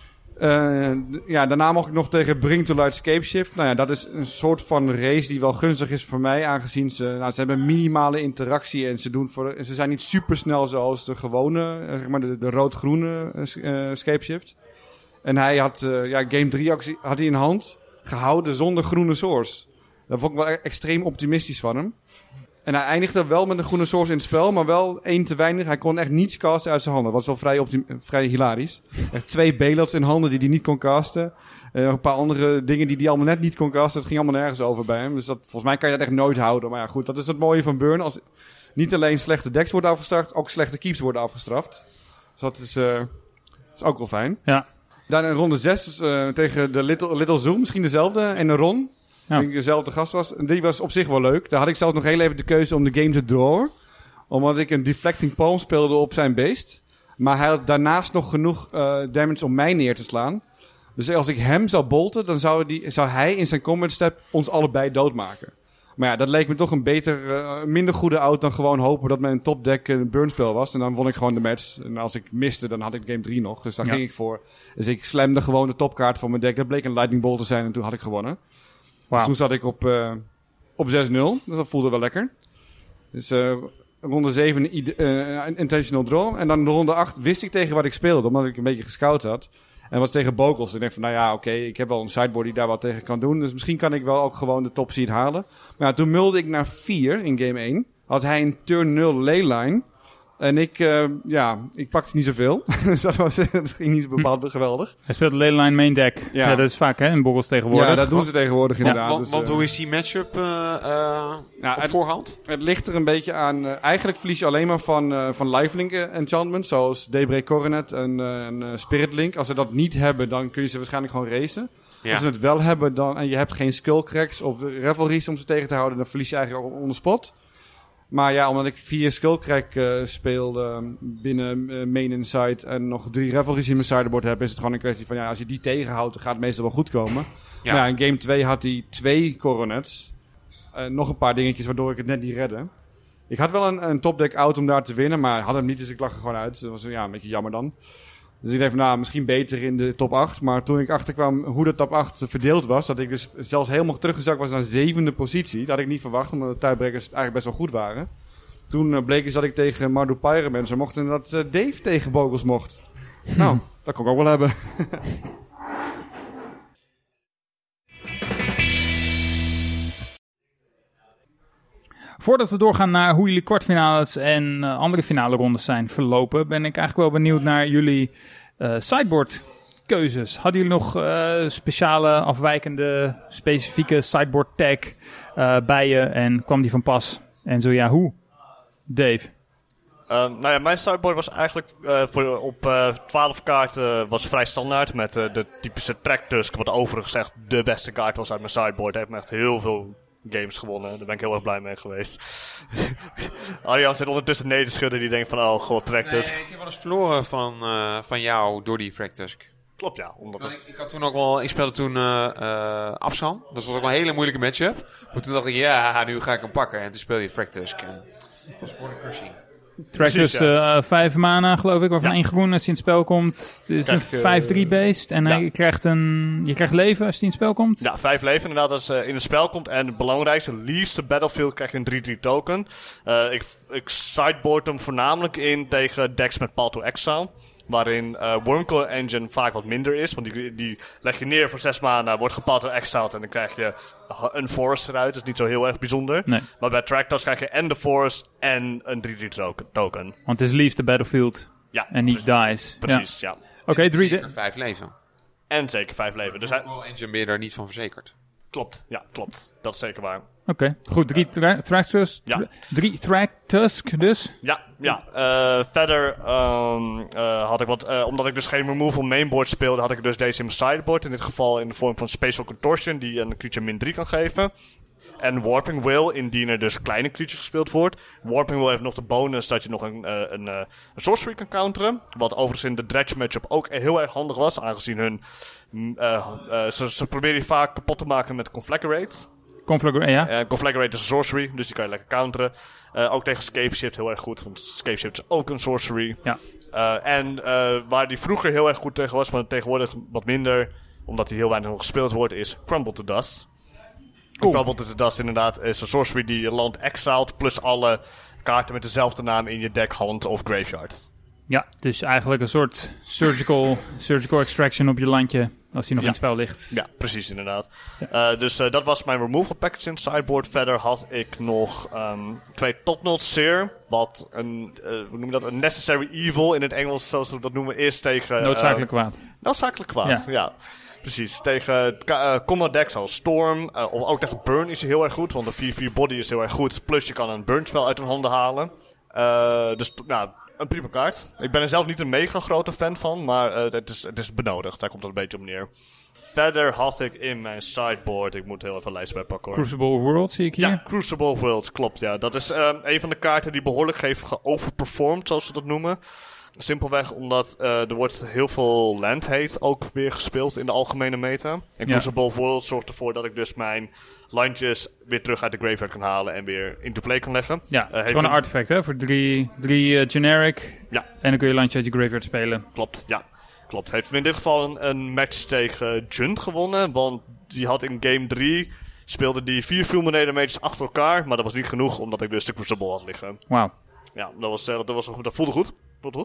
Daarna mocht ik nog tegen Bring to Light Scapeshift. Nou ja, dat is een soort van race die wel gunstig is voor mij, aangezien ze hebben minimale interactie en ze zijn niet super snel zoals de gewone, de rood-groene Scapeshift. En hij had game 3 had hij in hand gehouden zonder groene source. Dat vond ik wel extreem optimistisch van hem. En hij eindigde wel met een groene source in het spel, maar wel 1 te weinig. Hij kon echt niets casten uit zijn handen. Dat was wel vrij hilarisch. Echt 2 Bailouts in handen die hij niet kon casten. Een paar andere dingen die hij allemaal net niet kon casten. Het ging allemaal nergens over bij hem. Dus volgens mij kan je dat echt nooit houden. Maar ja, goed, dat is het mooie van Burn. Als niet alleen slechte decks worden afgestraft, ook slechte keeps worden afgestraft. Dus dat is ook wel fijn. Ja. Dan in ronde 6 tegen de Little Zoom, misschien dezelfde. En een Ron. Ja. Die dezelfde gast was. Die was op zich wel leuk. Daar had ik zelfs nog heel even de keuze om de game te drawen. Omdat ik een Deflecting Palm speelde op zijn beest. Maar hij had daarnaast nog genoeg damage om mij neer te slaan. Dus als ik hem zou bolten, dan zou hij in zijn combat step ons allebei doodmaken. Maar ja, dat leek me toch een minder goede out dan gewoon hopen dat mijn topdeck een burnspel was. En dan won ik gewoon de match. En als ik miste, dan had ik game 3 nog. Dus daar ging ik voor. Dus ik slamde gewoon de topkaart van mijn deck. Dat bleek een Lightning Bolt te zijn en toen had ik gewonnen. Wow. Dus toen zat ik op 6-0. Dus dat voelde wel lekker. Dus ronde 7 intentional draw. En dan de ronde 8 wist ik tegen wat ik speelde. Omdat ik een beetje gescout had. En was tegen Bogels. En ik dacht van, nou ja, oké, ik heb wel een sideboard die daar wat tegen kan doen. Dus misschien kan ik wel ook gewoon de top seed halen. Maar ja, toen mulde ik naar 4 in game 1. Had hij een turn 0 leyline. En ik pakte niet zoveel. Dus dat ging niet bepaald geweldig. Hij speelt leyline main deck. Ja, dat is vaak in Boggles tegenwoordig. Ja, dat doen ze tegenwoordig inderdaad. Want hoe is die matchup op voorhand? Het ligt er een beetje aan. Eigenlijk verlies je alleen maar van lifelink enchantments. Zoals Daybreak Coronet en Spirit Link. Als ze dat niet hebben, dan kun je ze waarschijnlijk gewoon racen. Ja. Als ze het wel hebben en je hebt geen Skullcracks of Revelries om ze tegen te houden, dan verlies je eigenlijk ook on the spot. Maar ja, omdat ik 4 Skullcrack speelde binnen main en side en nog 3 Revelries in mijn sideboard heb, is het gewoon een kwestie van, als je die tegenhoudt, dan gaat het meestal wel goed komen. Ja. Maar in game 2 had hij 2 Coronets. Nog een paar dingetjes waardoor ik het net niet redde. Ik had wel een topdeck out om daar te winnen, maar had hem niet, dus ik lag er gewoon uit. Dat was een beetje jammer dan. Dus ik dacht van, misschien beter in de top 8. Maar toen ik achterkwam hoe de top 8 verdeeld was, dat ik dus zelfs helemaal teruggezakt was naar 7e positie. Dat had ik niet verwacht, omdat de tiebreakers eigenlijk best wel goed waren. Toen bleek eens dat ik tegen Mardu Pyromancer mocht en dat Dave tegen Bogles mocht. Nou, dat kon ik ook wel hebben. Voordat we doorgaan naar hoe jullie kwartfinales en andere finale rondes zijn verlopen, ben ik eigenlijk wel benieuwd naar jullie sideboard keuzes. Hadden jullie nog speciale, afwijkende, specifieke sideboard tag bij je en kwam die van pas? En zo ja, hoe? Dave? Mijn sideboard was eigenlijk op 12 kaarten was vrij standaard met de typische Track-Tusk, wat overigens echt de beste kaart was uit mijn sideboard. Hij heeft me echt heel veel games gewonnen. Daar ben ik heel erg blij mee geweest. Arjan zit ondertussen nee te schudden. Die denkt van, oh god, Track-Tusk. Nee, ik heb wel eens verloren van jou door die Track-Tusk. Klopt, ja. Ik had toen ook wel, ik speelde toen Absalom. Dat was ook wel een hele moeilijke matchup. Maar toen dacht ik, nu ga ik hem pakken. En toen speel je Track-Tusk. En dat was gewoon een crushing. Track-Tusk 5 mana, geloof ik, waarvan 1 groen als hij in het spel komt. Het is een 5-3 beest. En je krijgt leven als hij in het spel komt. Ja, 5 leven inderdaad als hij in het spel komt. En het belangrijkste, liefste battlefield krijg je een 3-3 token. Ik sideboard hem voornamelijk in tegen decks met Path to Exile. Waarin Wurmcoil Engine vaak wat minder is. Want die leg je neer voor 6 mana, wordt Path to Exiled en dan krijg je een Forest eruit. Dat is niet zo heel erg bijzonder. Nee. Maar bij Track-Tusk krijg je en de Forest en een 3-3 token. Want het is liefde battlefield en niet dice. Precies, ja. Oké, 5 leven. En zeker 5 leven. Dus Wurmcoil Engine ben je daar niet van verzekerd. Klopt, ja, klopt. Dat is zeker waar. Oké, goed. 3 Track-Tusk. Ja. 3 Track-Tusk dus? Ja. Verder had ik wat... omdat ik dus geen removal mainboard speelde, had ik dus deze in mijn sideboard. In dit geval in de vorm van Spatial Contortion, die een creature -3 kan geven. En Warping Will, indien er dus kleine creatures gespeeld wordt. Warping Will heeft nog de bonus dat je nog een sorcery kan counteren. Wat overigens in de Dredge matchup ook heel erg handig was, aangezien hun... ze proberen je vaak kapot te maken met Conflagrate. Conflagrate is een sorcery, dus die kan je lekker counteren. Ook tegen Scape Shift heel erg goed, want Scape Shift is ook een sorcery. Ja. Waar die vroeger heel erg goed tegen was, maar tegenwoordig wat minder, omdat hij heel weinig nog gespeeld wordt, is Crumble to Dust. Cool. Crumble to Dust inderdaad is een sorcery die je land exiled, plus alle kaarten met dezelfde naam in je deck, hand of graveyard. Ja, dus eigenlijk een soort surgical extraction op je landje, als die nog in het spel ligt. Ja, precies inderdaad. Ja. Dus dat was mijn removal package in het sideboard. Verder had ik nog 2 Topknot Seer. Wat een necessary evil in het Engels, zoals we dat noemen, is tegen... Noodzakelijk kwaad. Noodzakelijk kwaad, ja. Precies. Tegen combat decks als Storm, of ook tegen Burn is hij heel erg goed, want de 4/4 body is heel erg goed. Plus je kan een Burn spel uit hun handen halen. Dus een prima kaart. Ik ben er zelf niet een mega grote fan van, maar het is benodigd. Daar komt het een beetje op neer. Verder had ik in mijn sideboard... Ik moet heel even een lijst bijpakken hoor. Crucible World zie ik hier. Ja, Crucible World, klopt ja. Dat is een van de kaarten die behoorlijk heeft geoverperformed, zoals ze dat noemen. Simpelweg omdat er wordt heel veel land hate ook weer gespeeld in de algemene meta. En Crucible World zorgt ervoor dat ik dus mijn landjes weer terug uit de graveyard kan halen en weer into play kan leggen. Ja, het is gewoon een artefact hè, voor 3 generic. Ja. En dan kun je landje uit je graveyard spelen. Klopt, ja. Klopt. Heeft in dit geval een match tegen Junt gewonnen, want die had in game 3... speelde die 4 Fulminator mages achter elkaar, maar dat was niet genoeg omdat ik dus de Crucible had liggen. Wauw. Ja, dat voelde goed.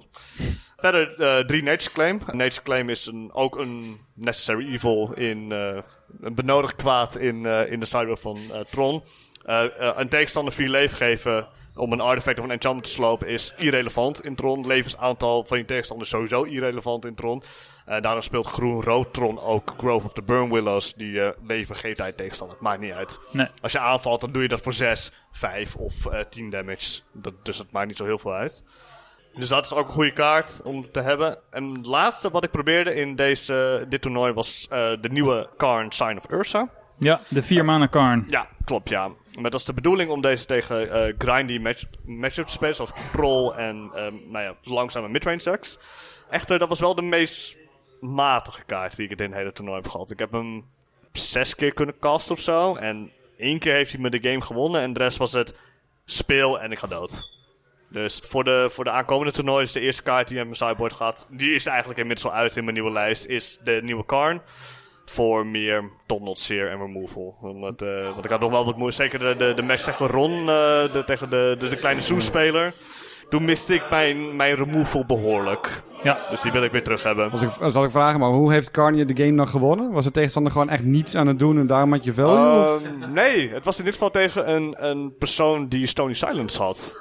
Verder 3 Nature Claim. Nature Claim is ook een necessary evil in een benodigd kwaad in de sideboard van Tron. Een tegenstander 4 leven geven om een artefact of een enchantment te slopen is irrelevant in Tron. Levensaantal van je tegenstander is sowieso irrelevant in Tron. Daarom speelt groen-rood Tron ook Grove of the Burn Willows. Die leven geeft uit tegenstander. Maakt niet uit. Nee. Als je aanvalt, dan doe je dat voor 6, 5 of 10 damage. Dus dat maakt niet zo heel veel uit. Dus dat is ook een goede kaart om te hebben. En het laatste wat ik probeerde in dit toernooi was de nieuwe Karn Sign of Ursa. Ja, de 4 mana Karn. Ja, klopt ja. Maar dat is de bedoeling om deze tegen grindy matchup te spelen, zoals Control en langzame midrange decks. Echter, dat was wel de meest matige kaart die ik in het hele toernooi heb gehad. Ik heb hem 6 keer kunnen casten of zo. En 1 keer heeft hij me de game gewonnen. En de rest was het speel en ik ga dood. Dus voor de aankomende toernooi is de eerste kaart die in mijn sideboard gaat. Die is eigenlijk inmiddels al uit in mijn nieuwe lijst. Is de nieuwe Karn. Voor meer Topknot Seer en removal. Want ik had nog wel wat moeite. Zeker de match tegen Ron. Tegen de kleine Zoo-speler. Toen miste ik mijn removal behoorlijk. Ja. Dus die wil ik weer terug hebben. Zal ik vragen, maar hoe heeft Karn je de game dan gewonnen? Was de tegenstander gewoon echt niets aan het doen en daarom had je value? Nee, het was in dit geval tegen een persoon die Stony Silence had.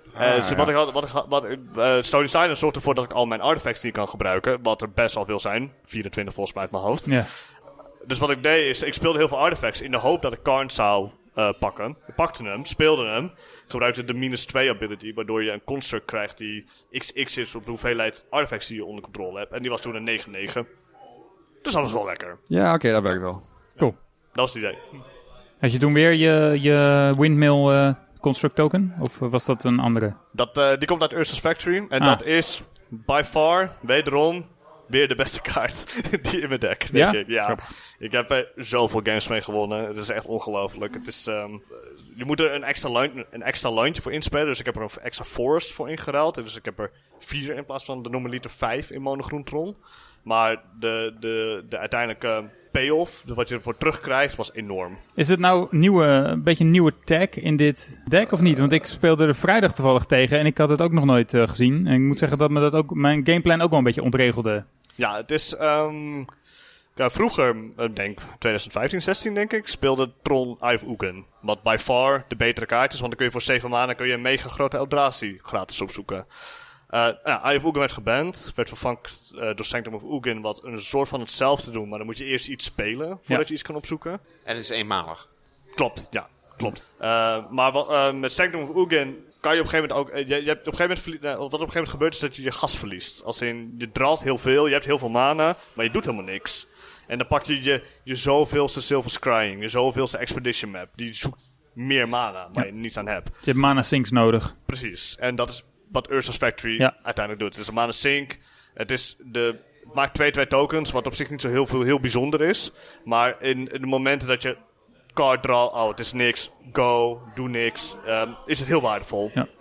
Stony Silence zorgt ervoor dat ik al mijn artifacts die ik kan gebruiken. Wat er best wel veel zijn. 24 volgens mij uit mijn hoofd. Yeah. Dus wat ik deed is, ik speelde heel veel artifacts in de hoop dat ik Karn zou pakken. Ik pakte hem, speelde hem. Gebruikte de -2 ability, waardoor je een construct krijgt die XX is op de hoeveelheid artifacts die je onder controle hebt. En die was toen een 9/9. Dus dat was wel lekker. Ja, oké, dat werkt wel. Cool. Dat was het idee. Had je toen weer je windmill construct token? Of was dat een andere? Die komt uit Ursa's Factory. En dat is by far, wederom, weer de beste kaart die in mijn deck, denk ik. Ja. Ik heb er zoveel games mee gewonnen. Het is echt ongelooflijk. Het is, je moet er een extra landje voor inspelen. Dus ik heb er een extra forest voor ingeruild. Dus ik heb er 4 in plaats van de normaliter 5 in monogroen Tron. Maar de uiteindelijke payoff, dus wat je ervoor terugkrijgt, was enorm. Is het nou een beetje een nieuwe tag in dit deck of niet? Want ik speelde er vrijdag toevallig tegen en ik had het ook nog nooit gezien. En ik moet zeggen dat me dat ook mijn gameplan ook wel een beetje ontregelde. Ja, het is... vroeger, denk 2015, 16 denk ik, speelde Tron Eye of Ugin. Wat by far de betere kaart is, want dan kun je voor 7 mana een mega grote Eldrazi gratis opzoeken. Eye of Ugin werd geband, werd vervangen door Sanctum of Ugin, wat een soort van hetzelfde doen, maar dan moet je eerst iets spelen voordat je iets kan opzoeken. En het is eenmalig. Klopt, ja, klopt. Maar met Sanctum of Ugin kan je op een gegeven moment ook... je hebt op een gegeven moment gebeurt is dat je je gas verliest. Als in, je draalt heel veel, je hebt heel veel mana, maar je doet helemaal niks. En dan pak je zoveelste Silver Scrying, je zoveelste Expedition Map. Die zoekt meer mana, waar je niets aan hebt. Je hebt mana sinks nodig. Precies, en dat is wat Ursa's Factory uiteindelijk doet. Het is een mana sink. Het maakt 2/2 tokens, wat op zich niet zo heel bijzonder is. Maar in de momenten dat je card draw, het is niks, go, doe niks, is het heel waardevol. Ja.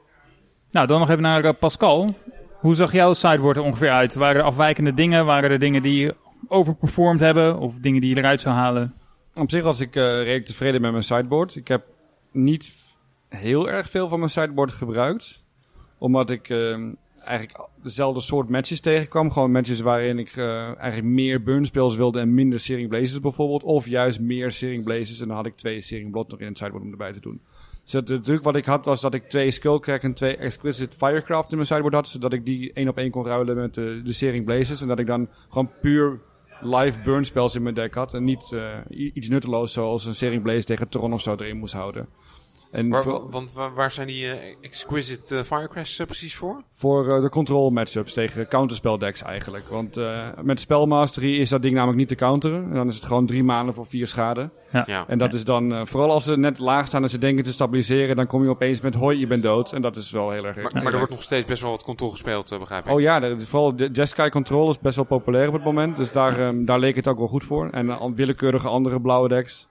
Nou, dan nog even naar Pascal. Hoe zag jouw sideboard er ongeveer uit? Waren er afwijkende dingen? Waren er dingen die je overperformed hebben? Of dingen die je eruit zou halen? Op zich was ik redelijk tevreden met mijn sideboard. Ik heb niet heel erg veel van mijn sideboard gebruikt. Omdat ik eigenlijk dezelfde soort matches tegenkwam. Gewoon matches waarin ik eigenlijk meer burn spells wilde en minder Searing Blazes bijvoorbeeld. Of juist meer Searing Blazes. En dan had ik 2 Searing Blood nog in het sideboard om erbij te doen. Dus het truc wat ik had was dat ik 2 Skullcrack en 2 Exquisite Firecraft in mijn sideboard had. Zodat ik die 1 op 1 kon ruilen met de Searing Blazes. En dat ik dan gewoon puur live burn spells in mijn deck had. En niet iets nutteloos zoals een Searing Blaze tegen Tron of zo erin moest houden. En Want waar zijn die Exquisite Firecrafts precies voor? Voor de control matchups tegen counterspell decks eigenlijk. Want met Spellmastery is dat ding namelijk niet te counteren. En dan is het gewoon 3 maanden voor 4 schade. Ja. En dat is dan, vooral als ze net laag staan en ze denken te stabiliseren, dan kom je opeens met hoi, je bent dood. En dat is wel heel erg... Maar er wordt nog steeds best wel wat control gespeeld, begrijp ik. Oh ja, vooral de Jeskai Control is best wel populair op het moment. Dus daar leek het ook wel goed voor. En willekeurige andere blauwe decks.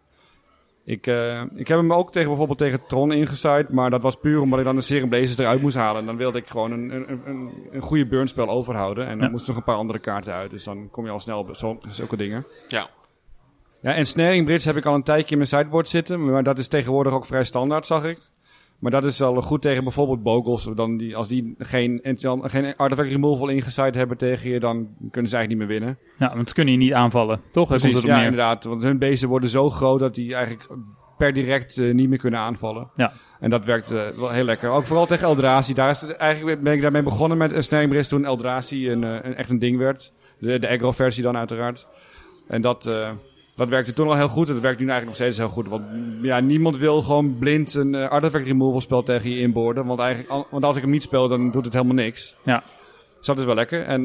Ik heb hem ook bijvoorbeeld tegen Tron ingeside, maar dat was puur omdat ik dan de Searing Blazes eruit moest halen. En dan wilde ik gewoon een goede burnspel overhouden. En dan moesten nog een paar andere kaarten uit. Dus dan kom je al snel op zulke dingen. Ja. Ja, en Snaring Bridge heb ik al een tijdje in mijn sideboard zitten. Maar dat is tegenwoordig ook vrij standaard, zag ik. Maar dat is wel goed tegen bijvoorbeeld Bogles. Als die geen artifact removal ingeside hebben tegen je, dan kunnen ze eigenlijk niet meer winnen. Ja, want ze kunnen je niet aanvallen, toch? Precies, ja, inderdaad. Want hun beesten worden zo groot dat die eigenlijk per direct niet meer kunnen aanvallen. Ja. En dat werkt wel heel lekker. Ook vooral tegen Eldrazi. Eigenlijk ben ik daarmee begonnen met een Snaring Bridge toen Eldrazi echt een ding werd. De aggro-versie dan uiteraard. En dat werkte toen al heel goed en dat werkt nu eigenlijk nog steeds heel goed. Want ja, niemand wil gewoon blind een artifact removal spel tegen je inboarden. Want als ik hem niet speel, dan doet het helemaal niks. Ja. Dus dat is wel lekker. En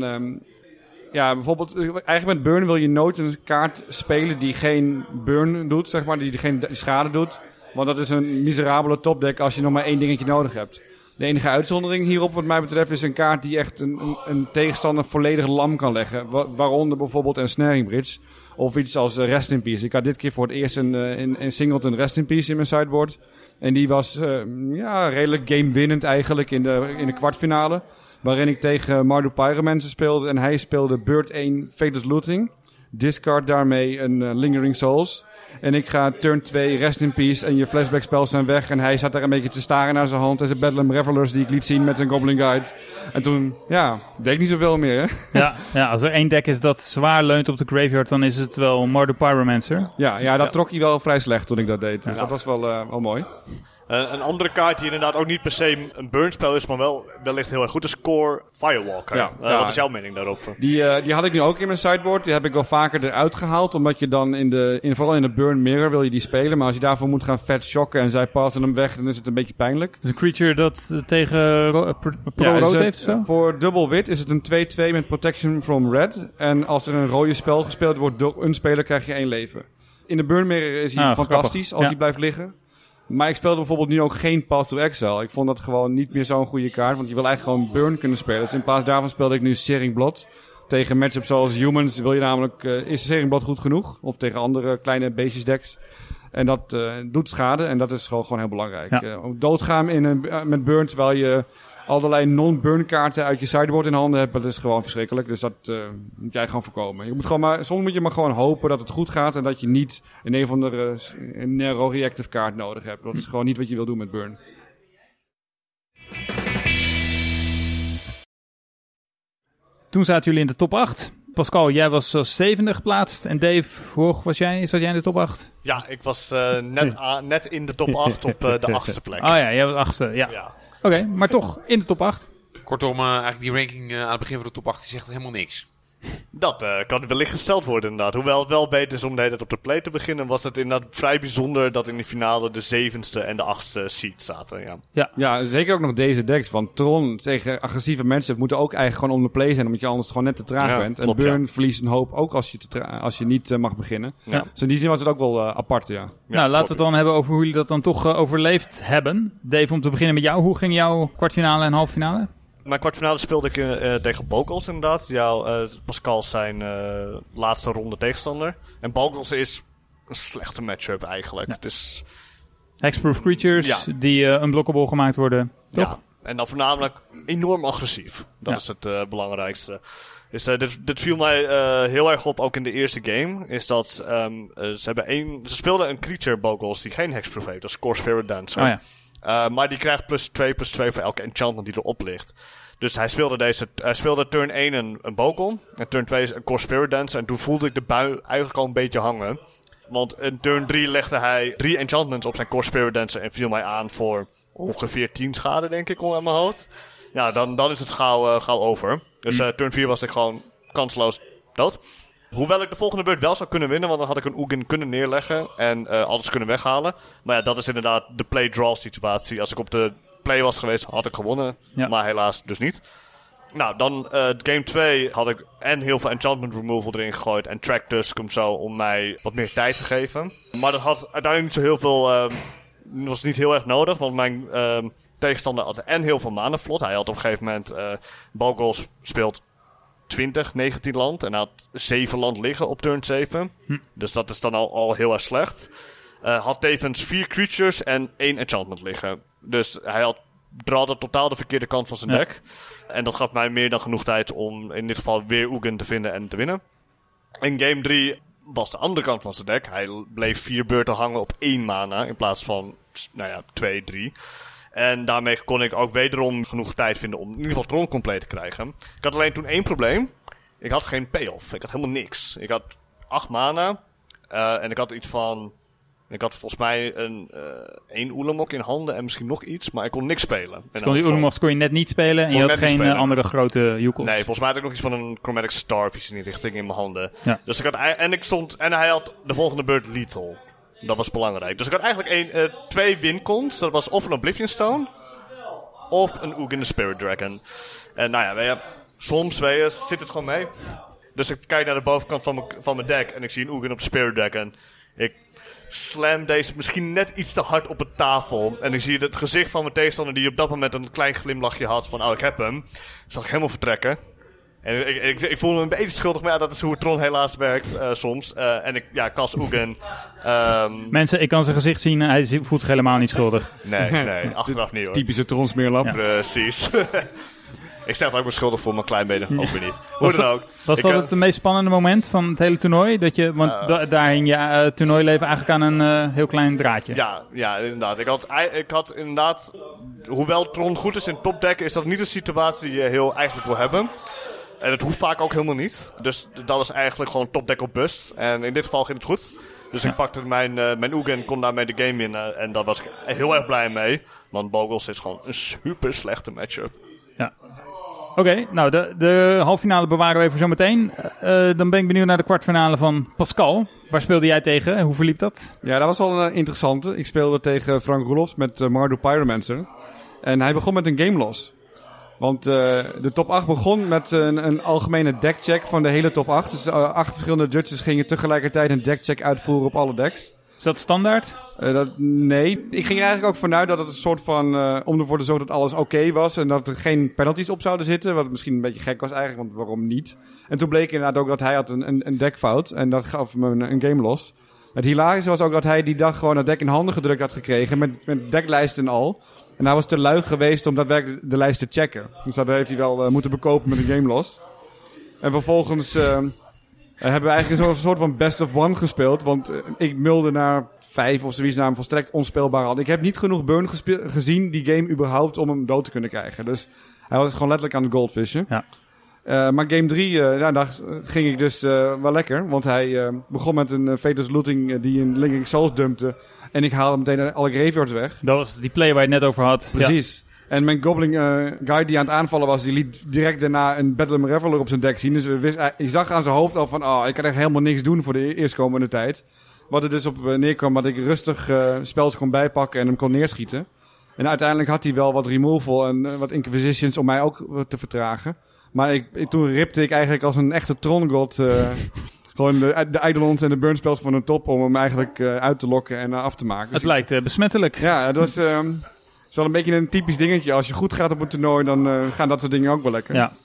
ja, bijvoorbeeld, eigenlijk met burn wil je nooit een kaart spelen die geen burn doet, zeg maar. Die geen schade doet. Want dat is een miserabele topdeck als je nog maar 1 dingetje nodig hebt. De enige uitzondering hierop, wat mij betreft, is een kaart die echt een tegenstander volledig lam kan leggen. Waaronder bijvoorbeeld een Snaring Bridge. Of iets als Rest in Peace. Ik had dit keer voor het eerst een singleton Rest in Peace in mijn sideboard. En die was redelijk gamewinnend eigenlijk in de kwartfinale. Waarin ik tegen Mardu Pyromancer speelde. En hij speelde beurt 1 Fatal's Looting. Discard daarmee een Lingering Souls. En ik ga turn 2 Rest in Peace en je flashback spells zijn weg. En hij zat daar een beetje te staren naar zijn hand en zijn Bedlam Revelers die ik liet zien met een Goblin Guide. En toen, deed ik niet zoveel meer, hè? Ja, als er 1 deck is dat zwaar leunt op de graveyard, dan is het wel Mardu Pyromancer. Ja, dat trok hij wel vrij slecht toen ik dat deed. Dus dat was wel mooi. Een andere kaart die inderdaad ook niet per se een burnspel is, maar wel wellicht heel erg goed, is Core Firewalker. Wat is jouw mening daarop? Die had ik nu ook in mijn sideboard. Die heb ik wel vaker eruit gehaald, omdat je dan vooral in de burn mirror wil je die spelen. Maar als je daarvoor moet gaan vet shocken en zij passen hem weg, dan is het een beetje pijnlijk. Dus een creature dat tegen pro-rood heeft of zo? Voor dubbel wit is het een 2-2 met Protection from Red. En als er een rode spel gespeeld wordt door een speler, krijg je 1 leven. In de burn mirror is hij fantastisch als hij blijft liggen. Maar ik speelde bijvoorbeeld nu ook geen Path to Exile. Ik vond dat gewoon niet meer zo'n goede kaart. Want je wil eigenlijk gewoon burn kunnen spelen. Dus in plaats daarvan speelde ik nu Searing Blood. Tegen matchups zoals Humans wil je namelijk... is Searing Blood goed genoeg? Of tegen andere kleine beestjes decks. En dat doet schade. En dat is gewoon heel belangrijk. Ja. Doodgaan met burn terwijl je allerlei non-burn kaarten uit je sideboard in handen hebt. Dat is gewoon verschrikkelijk. Dus dat moet jij gewoon voorkomen. Soms moet je maar gewoon hopen dat het goed gaat. En dat je niet een of andere Nero-reactive kaart nodig hebt. Dat is gewoon niet wat je wil doen met burn. Toen zaten jullie in de top 8. Pascal, jij was als 7e geplaatst. En Dave, hoe hoog was jij? Zat jij in de top 8? Ja, ik was net in de top 8 op de 8e plek. Oh ja, jij was 8e. Ja. Oké, maar toch in de top 8. Kortom, eigenlijk die ranking aan het begin van de top 8 die zegt helemaal niks. Dat kan wellicht gesteld worden inderdaad. Hoewel het wel beter is om de hele tijd op de play te beginnen, was het inderdaad vrij bijzonder dat in de finale de 7e en de 8e seed zaten. Ja, zeker ook nog deze decks. Want Tron tegen agressieve mensen moeten ook eigenlijk gewoon om de play zijn, omdat je anders gewoon net te traag bent. Klopt, en Burn verliest een hoop, ook als je niet mag beginnen. Ja. Dus in die zin was het ook wel apart, Nou, laten we het dan hebben over hoe jullie dat dan toch overleefd hebben. Dave, om te beginnen met jou. Hoe ging jouw kwartfinale en halffinale? Mijn kwartfinale speelde ik tegen Bogles inderdaad. Pascal zijn laatste ronde tegenstander. En Bogles is een slechte matchup eigenlijk. Ja. Het is... Hexproof creatures die unblockable gemaakt worden, toch? Ja, en dan voornamelijk enorm agressief. Dat is het belangrijkste. Dus dit viel mij heel erg op, ook in de eerste game. Is dat ze speelden een creature Bogles die geen hexproof heeft. Dat is Core Spirit Dancer. Oh ja. Maar die krijgt +2/+2 voor elke enchantment die erop ligt. Dus hij speelde turn 1 een Boggle. En turn 2 een Core Spirit Dancer. En toen voelde ik de bui eigenlijk al een beetje hangen. Want in turn 3 legde hij 3 enchantments op zijn Core Spirit Dancer. En viel mij aan voor ongeveer 10 schade, denk ik, aan mijn hoofd. Ja, dan is het gauw over. Dus turn 4 was ik gewoon kansloos dood. Hoewel ik de volgende beurt wel zou kunnen winnen, want dan had ik een Ugin kunnen neerleggen en alles kunnen weghalen. Maar ja, dat is inderdaad de play-draw situatie. Als ik op de play was geweest, had ik gewonnen. Ja. Maar helaas dus niet. Nou, dan game 2 had ik en heel veel enchantment removal erin gegooid en track tusk om mij wat meer tijd te geven. Maar dat had uiteindelijk niet zo heel veel... was niet heel erg nodig, want mijn tegenstander had en heel veel manenvlot. Hij had op een gegeven moment... Bogles speelt 19 land en hij had 7 land liggen op turn 7. Dus dat is dan al heel erg slecht. Had tevens 4 creatures en 1 enchantment liggen. Dus hij had totaal de verkeerde kant van zijn deck. En dat gaf mij meer dan genoeg tijd om in dit geval weer Ugin te vinden en te winnen. In game 3 was de andere kant van zijn deck. Hij bleef 4 beurten hangen op 1 mana in plaats van 2, 3. En daarmee kon ik ook wederom genoeg tijd vinden om in ieder geval het rond compleet te krijgen. Ik had alleen toen 1 probleem. Ik had geen payoff. Ik had helemaal niks. Ik had 8 mana. En ik had iets van... Ik had volgens mij één Ulamog in handen en misschien nog iets, maar ik kon niks spelen. Dus die Ulamogs kon je net niet spelen en je had geen andere grote Yukos? Nee, volgens mij had ik nog iets van een Chromatic Star of iets in die richting in mijn handen. Ja. Dus en hij had de volgende beurt lethal. Dat was belangrijk. Dus ik had eigenlijk 2 wincons. Dat was of een Oblivion Stone of een Ugin the Spirit Dragon. En nou ja, soms zit het gewoon mee. Dus ik kijk naar de bovenkant van mijn deck en ik zie een Ugin op de Spirit Dragon. Ik slam deze misschien net iets te hard op de tafel. En ik zie het gezicht van mijn tegenstander die op dat moment een klein glimlachje had van ik heb hem. Zag ik helemaal vertrekken. En ik voel me een beetje schuldig, maar dat is hoe Tron helaas werkt soms. En ik cast Ugin. Mensen, ik kan zijn gezicht zien, hij voelt zich helemaal niet schuldig. Nee, achteraf niet hoor. Typische Tronsmeerlap. Ja. Precies. Ik stel het ook maar schuldig voor mijn klein benen, ook weer niet. Hoe dan ook. Was dat het meest spannende moment van het hele toernooi? Want daar hing je toernooileven eigenlijk aan een heel klein draadje. Ja, inderdaad. Ik had inderdaad, hoewel Tron goed is in topdeck, is dat niet een situatie die je heel eigenlijk wil hebben. En het hoeft vaak ook helemaal niet. Dus dat is eigenlijk gewoon topdeck op bust. En in dit geval ging het goed. Dus ik pakte mijn Ugin, kon daarmee de game winnen. En daar was ik heel erg blij mee. Want Bogles is gewoon een super slechte matchup. Ja. Oké, nou de halffinale bewaren we even zo meteen. Dan ben ik benieuwd naar de kwartfinale van Pascal. Waar speelde jij tegen? Hoe verliep dat? Ja, dat was al een interessante. Ik speelde tegen Frank Roelofs met Mardu Pyromancer. En hij begon met een game loss. Want de top 8 begon met een algemene deckcheck van de hele top 8. Dus 8 verschillende judges gingen tegelijkertijd een deckcheck uitvoeren op alle decks. Is dat standaard? Nee. Ik ging er eigenlijk ook vanuit dat het een soort van... om ervoor te zorgen dat alles oké was en dat er geen penalties op zouden zitten. Wat misschien een beetje gek was eigenlijk, want waarom niet? En toen bleek inderdaad ook dat hij had een deckfout. En dat gaf me een game loss. Het hilarische was ook dat hij die dag gewoon het deck in handen gedrukt had gekregen. Met decklijsten en al. En hij was te lui geweest om daadwerkelijk de lijst te checken. Dus dat heeft hij wel moeten bekopen met een game loss. En vervolgens... hebben we eigenlijk een soort van best of one gespeeld. Want ik mulde naar 5 of zoiets naar een volstrekt onspeelbare hand. Ik heb niet genoeg burn gezien, die game überhaupt, om hem dood te kunnen krijgen. Dus hij was gewoon letterlijk aan het goldfishen. Ja. Maar game 3, daar ging ik dus wel lekker. Want hij begon met een Fatus Looting die een Linking Souls dumpte. En ik haalde meteen alle graveyards weg. Dat was die play waar je het net over had. Precies. Ja. En mijn Goblin guy die aan het aanvallen was, die liet direct daarna een Bedlam Reveler op zijn deck zien. Dus je zag aan zijn hoofd al van, ik kan echt helemaal niks doen voor de eerstkomende tijd. Wat er dus op neerkwam, dat ik rustig spels kon bijpakken en hem kon neerschieten. En uiteindelijk had hij wel wat removal en wat Inquisitions om mij ook te vertragen. Maar toen ripte ik eigenlijk als een echte Tron-god gewoon de Eidolons en de burnspels van de top om hem eigenlijk uit te lokken en af te maken. Het lijkt besmettelijk. Ja, het was... Het is wel een beetje een typisch dingetje. Als je goed gaat op een toernooi, dan gaan dat soort dingen ook wel lekker. Ja.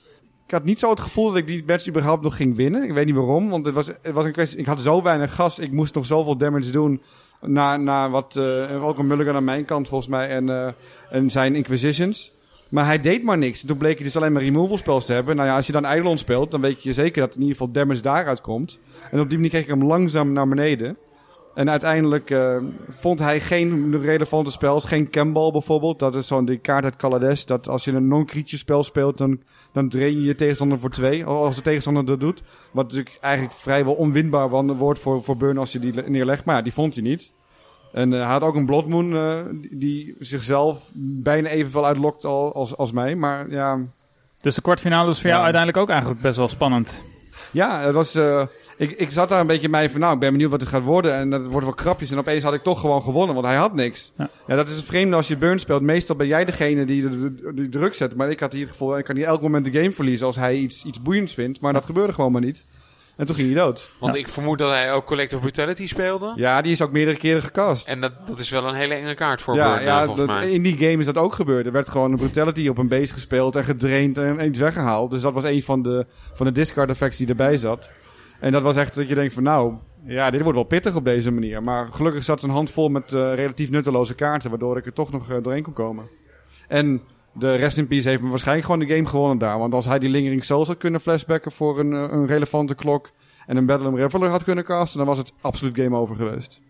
had niet zo het gevoel dat ik die match überhaupt nog ging winnen. Ik weet niet waarom, want het was een kwestie... Ik had zo weinig gas, ik moest nog zoveel damage doen naar wat... ook een Mulligan aan mijn kant volgens mij en zijn Inquisitions. Maar hij deed maar niks. En toen bleek hij dus alleen maar removal spells te hebben. Nou ja, als je dan Eidolon speelt, dan weet je zeker dat in ieder geval damage daaruit komt. En op die manier kreeg ik hem langzaam naar beneden. En uiteindelijk vond hij geen relevante spells. Geen Camball bijvoorbeeld. Dat is die kaart uit Kaladesh. Dat als je een non-creature spel speelt, dan drain je je tegenstander voor 2. Als de tegenstander dat doet. Wat natuurlijk eigenlijk vrijwel onwinbaar wordt voor Burn als je die neerlegt. Maar ja, die vond hij niet. En hij had ook een Blood Moon die zichzelf bijna evenveel uitlokt als mij. Maar ja... Dus de kwartfinale was voor jou uiteindelijk ook eigenlijk best wel spannend. Ja, het was... Ik zat daar een beetje mee van, nou, ik ben benieuwd wat het gaat worden. En dat wordt wel krapjes. En opeens had ik toch gewoon gewonnen, want hij had niks. Ja, dat is het vreemde als je Burn speelt. Meestal ben jij degene die de druk zet. Maar ik had hier het gevoel, ik kan hier elk moment de game verliezen als hij iets boeiends vindt. Maar dat gebeurde gewoon maar niet. En toen ging hij dood. Want ik vermoed dat hij ook Collective Brutality speelde. Ja, die is ook meerdere keren gecast. En dat is wel een hele enge kaart voor Burn, volgens mij. In die game is dat ook gebeurd. Er werd gewoon een Brutality op een base gespeeld en gedraind en iets weggehaald. Dus dat was een van de discard effects die erbij zat. En dat was echt dat je denkt van nou, ja, dit wordt wel pittig op deze manier. Maar gelukkig zat zijn hand vol met relatief nutteloze kaarten, waardoor ik er toch nog doorheen kon komen. En de Rest in Peace heeft me waarschijnlijk gewoon de game gewonnen daar. Want als hij die Lingering Souls had kunnen flashbacken voor een relevante klok en een Bedlam Reveler had kunnen casten, dan was het absoluut game over geweest.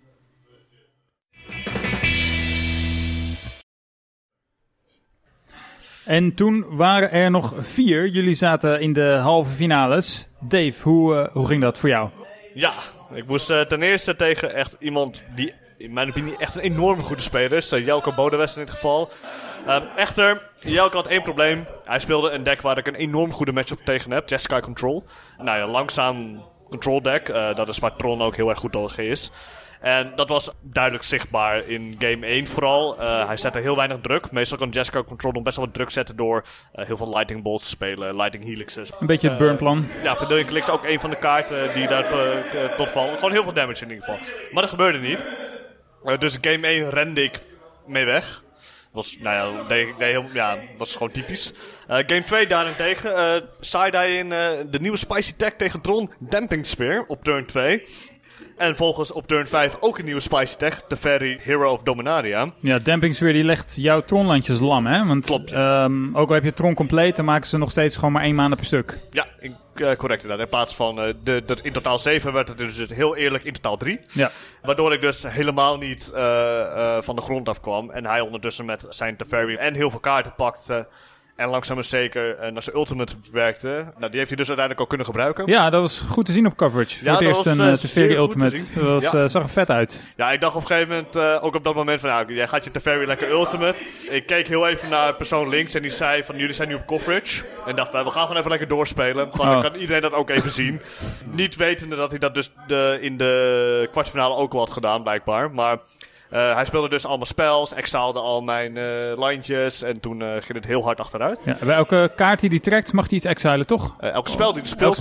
En toen waren er nog 4. Jullie zaten in de halve finales. Dave, hoe ging dat voor jou? Ja, ik moest ten eerste tegen echt iemand die in mijn opinie echt een enorm goede speler is. Jelko Bodewest in dit geval. Echter, Jelko had 1 probleem. Hij speelde een deck waar ik een enorm goede matchup tegen heb. Jeskai Control. Nou ja, langzaam control deck. Dat is waar Tron ook heel erg goed tegen is. En dat was duidelijk zichtbaar in game 1 vooral. Hij zette heel weinig druk. Meestal kan Jeskai Control nog best wel wat druk zetten door heel veel Lightning Bolts te spelen. Lightning Helixes. Een beetje het burnplan. Ja, Verdilling Clicks ook een van de kaarten die daar tot vallen. Gewoon heel veel damage in ieder geval. Maar dat gebeurde niet. Dus game 1 rende ik mee weg. Was, nou ja, was gewoon typisch. Game 2 daarentegen. Side-eye in de nieuwe Spicy Tech tegen Tron. Damping Spear op turn 2. En volgens op turn 5 ook een nieuwe Spicy Tech. Teferi, Hero of Dominaria. Ja, Damping Spear die legt jouw Tronlandjes lam, hè? Want klopt, ja. Ook al heb je Tron compleet, dan maken ze nog steeds gewoon maar 1 mana per stuk. Ja, correct inderdaad. In plaats van in totaal 7 werd het dus heel eerlijk in totaal 3. Ja. Waardoor ik dus helemaal niet van de grond af kwam. En hij ondertussen met zijn Teferi en heel veel kaarten pakte. En langzaam maar zeker naar zijn ultimate werkte. Nou, die heeft hij dus uiteindelijk ook kunnen gebruiken. Ja, dat was goed te zien op coverage. Voor het eerst een Teferi ultimate. Dat zag er vet uit. Ja, ik dacht op een gegeven moment, ook op dat moment van, nou, jij gaat je Teferi lekker ultimate. Ik keek heel even naar persoon links en die zei van, jullie zijn nu op coverage. En dacht, we gaan gewoon even lekker doorspelen. Gewoon, kan iedereen dat ook even zien. Niet wetende dat hij dat dus in de kwartfinale ook al had gedaan, blijkbaar. Maar... hij speelde dus allemaal spells, exilede al mijn lijntjes en toen ging het heel hard achteruit. Ja, bij elke kaart die hij trekt mag hij iets exilen, toch? Elke spel die hij speelt.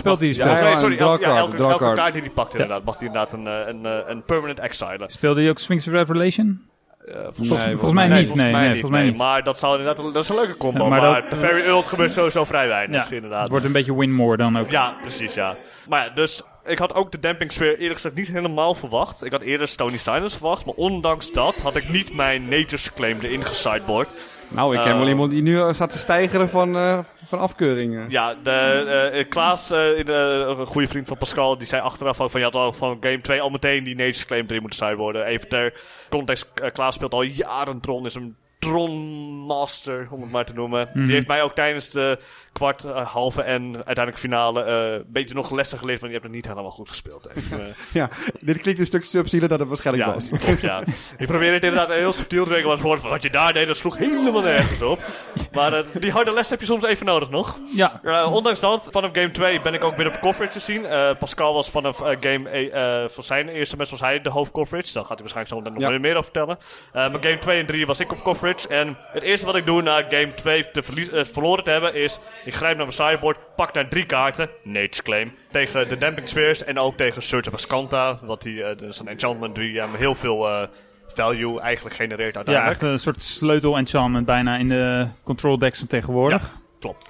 Elke kaart die hij pakt inderdaad, mag hij inderdaad een permanent exilen. Speelde hij ook Sphinx Revelation? Volgens mij niet. Nee. Maar dat zou inderdaad dat is een leuke combo. Maar de Fairy Ult gebeurt sowieso vrij weinig, inderdaad. Het wordt een beetje win more dan ook. Ja, precies, ja. Maar ja, dus... Ik had ook de Damping Sphere eerlijk gezegd niet helemaal verwacht. Ik had eerder Stony Silence verwacht. Maar ondanks dat had ik niet mijn Nature's Claim erin gesideboard. Nou, ik ken wel iemand die nu staat te stijgeren van afkeuringen. Ja, Klaas, een goede vriend van Pascal, die zei achteraf ook van... Je had al van game 2 al meteen die Nature's Claim erin moeten sideboarden. Even ter context, Klaas speelt al jaren Tron, is een Tron Master, om het maar te noemen. Mm-hmm. Die heeft mij ook tijdens de kwart, halve en uiteindelijk finale een beetje nog lessen geleerd, want je hebt het niet helemaal goed gespeeld. Ja, dit klinkt een stuk subtieler dan het waarschijnlijk was. Klopt, ja. Ik probeer het inderdaad heel subtiel te regelen, want wat je daar deed, dat sloeg helemaal nergens op. Maar die harde les heb je soms even nodig nog. Ja. Ondanks dat, vanaf game 2 ben ik ook weer op coverage te zien. Pascal was vanaf van zijn eerste match was hij de hoofdcoverage. Dan gaat hij waarschijnlijk zo nog meer over vertellen. Maar game 2 en 3 was ik op coverage. En het eerste wat ik doe na game 2 verloren te hebben is... Ik grijp naar mijn sideboard, pak naar 3 kaarten. Nature's Claim. Tegen de Damping Spheres en ook tegen Surge of Ascanta. Wat dus een enchantment die heel veel value eigenlijk genereert uiteindelijk. Ja, echt een soort sleutel enchantment bijna in de control decks van tegenwoordig. Ja, klopt.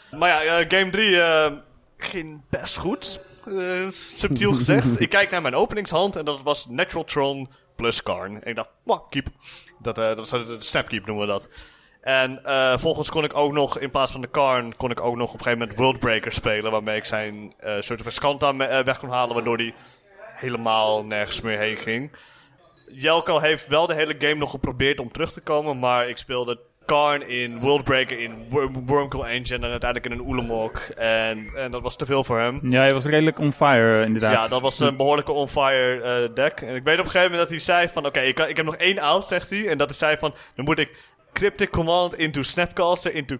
Maar ja, game 3 ging best goed. Subtiel gezegd. Ik kijk naar mijn openingshand en dat was Natural Tron plus Karn. En ik dacht, keep. Dat is de snapkeep noemen we dat. En volgens kon ik ook nog, in plaats van de Karn, kon ik ook nog op een gegeven moment Worldbreaker spelen. Waarmee ik zijn soort van Skanta weg kon halen, waardoor die helemaal nergens meer heen ging. Jelko heeft wel de hele game nog geprobeerd om terug te komen, maar ik speelde Karn in Worldbreaker, in Wurmcoil Engine en uiteindelijk in een Ulamog. En dat was te veel voor hem. Ja, hij was redelijk on fire inderdaad. Ja, dat was een behoorlijke on fire deck. En ik weet op een gegeven moment dat hij zei van, oké, ik heb nog 1 out, zegt hij. En dat hij zei van, dan moet ik Cryptic Command into Snapcaster, into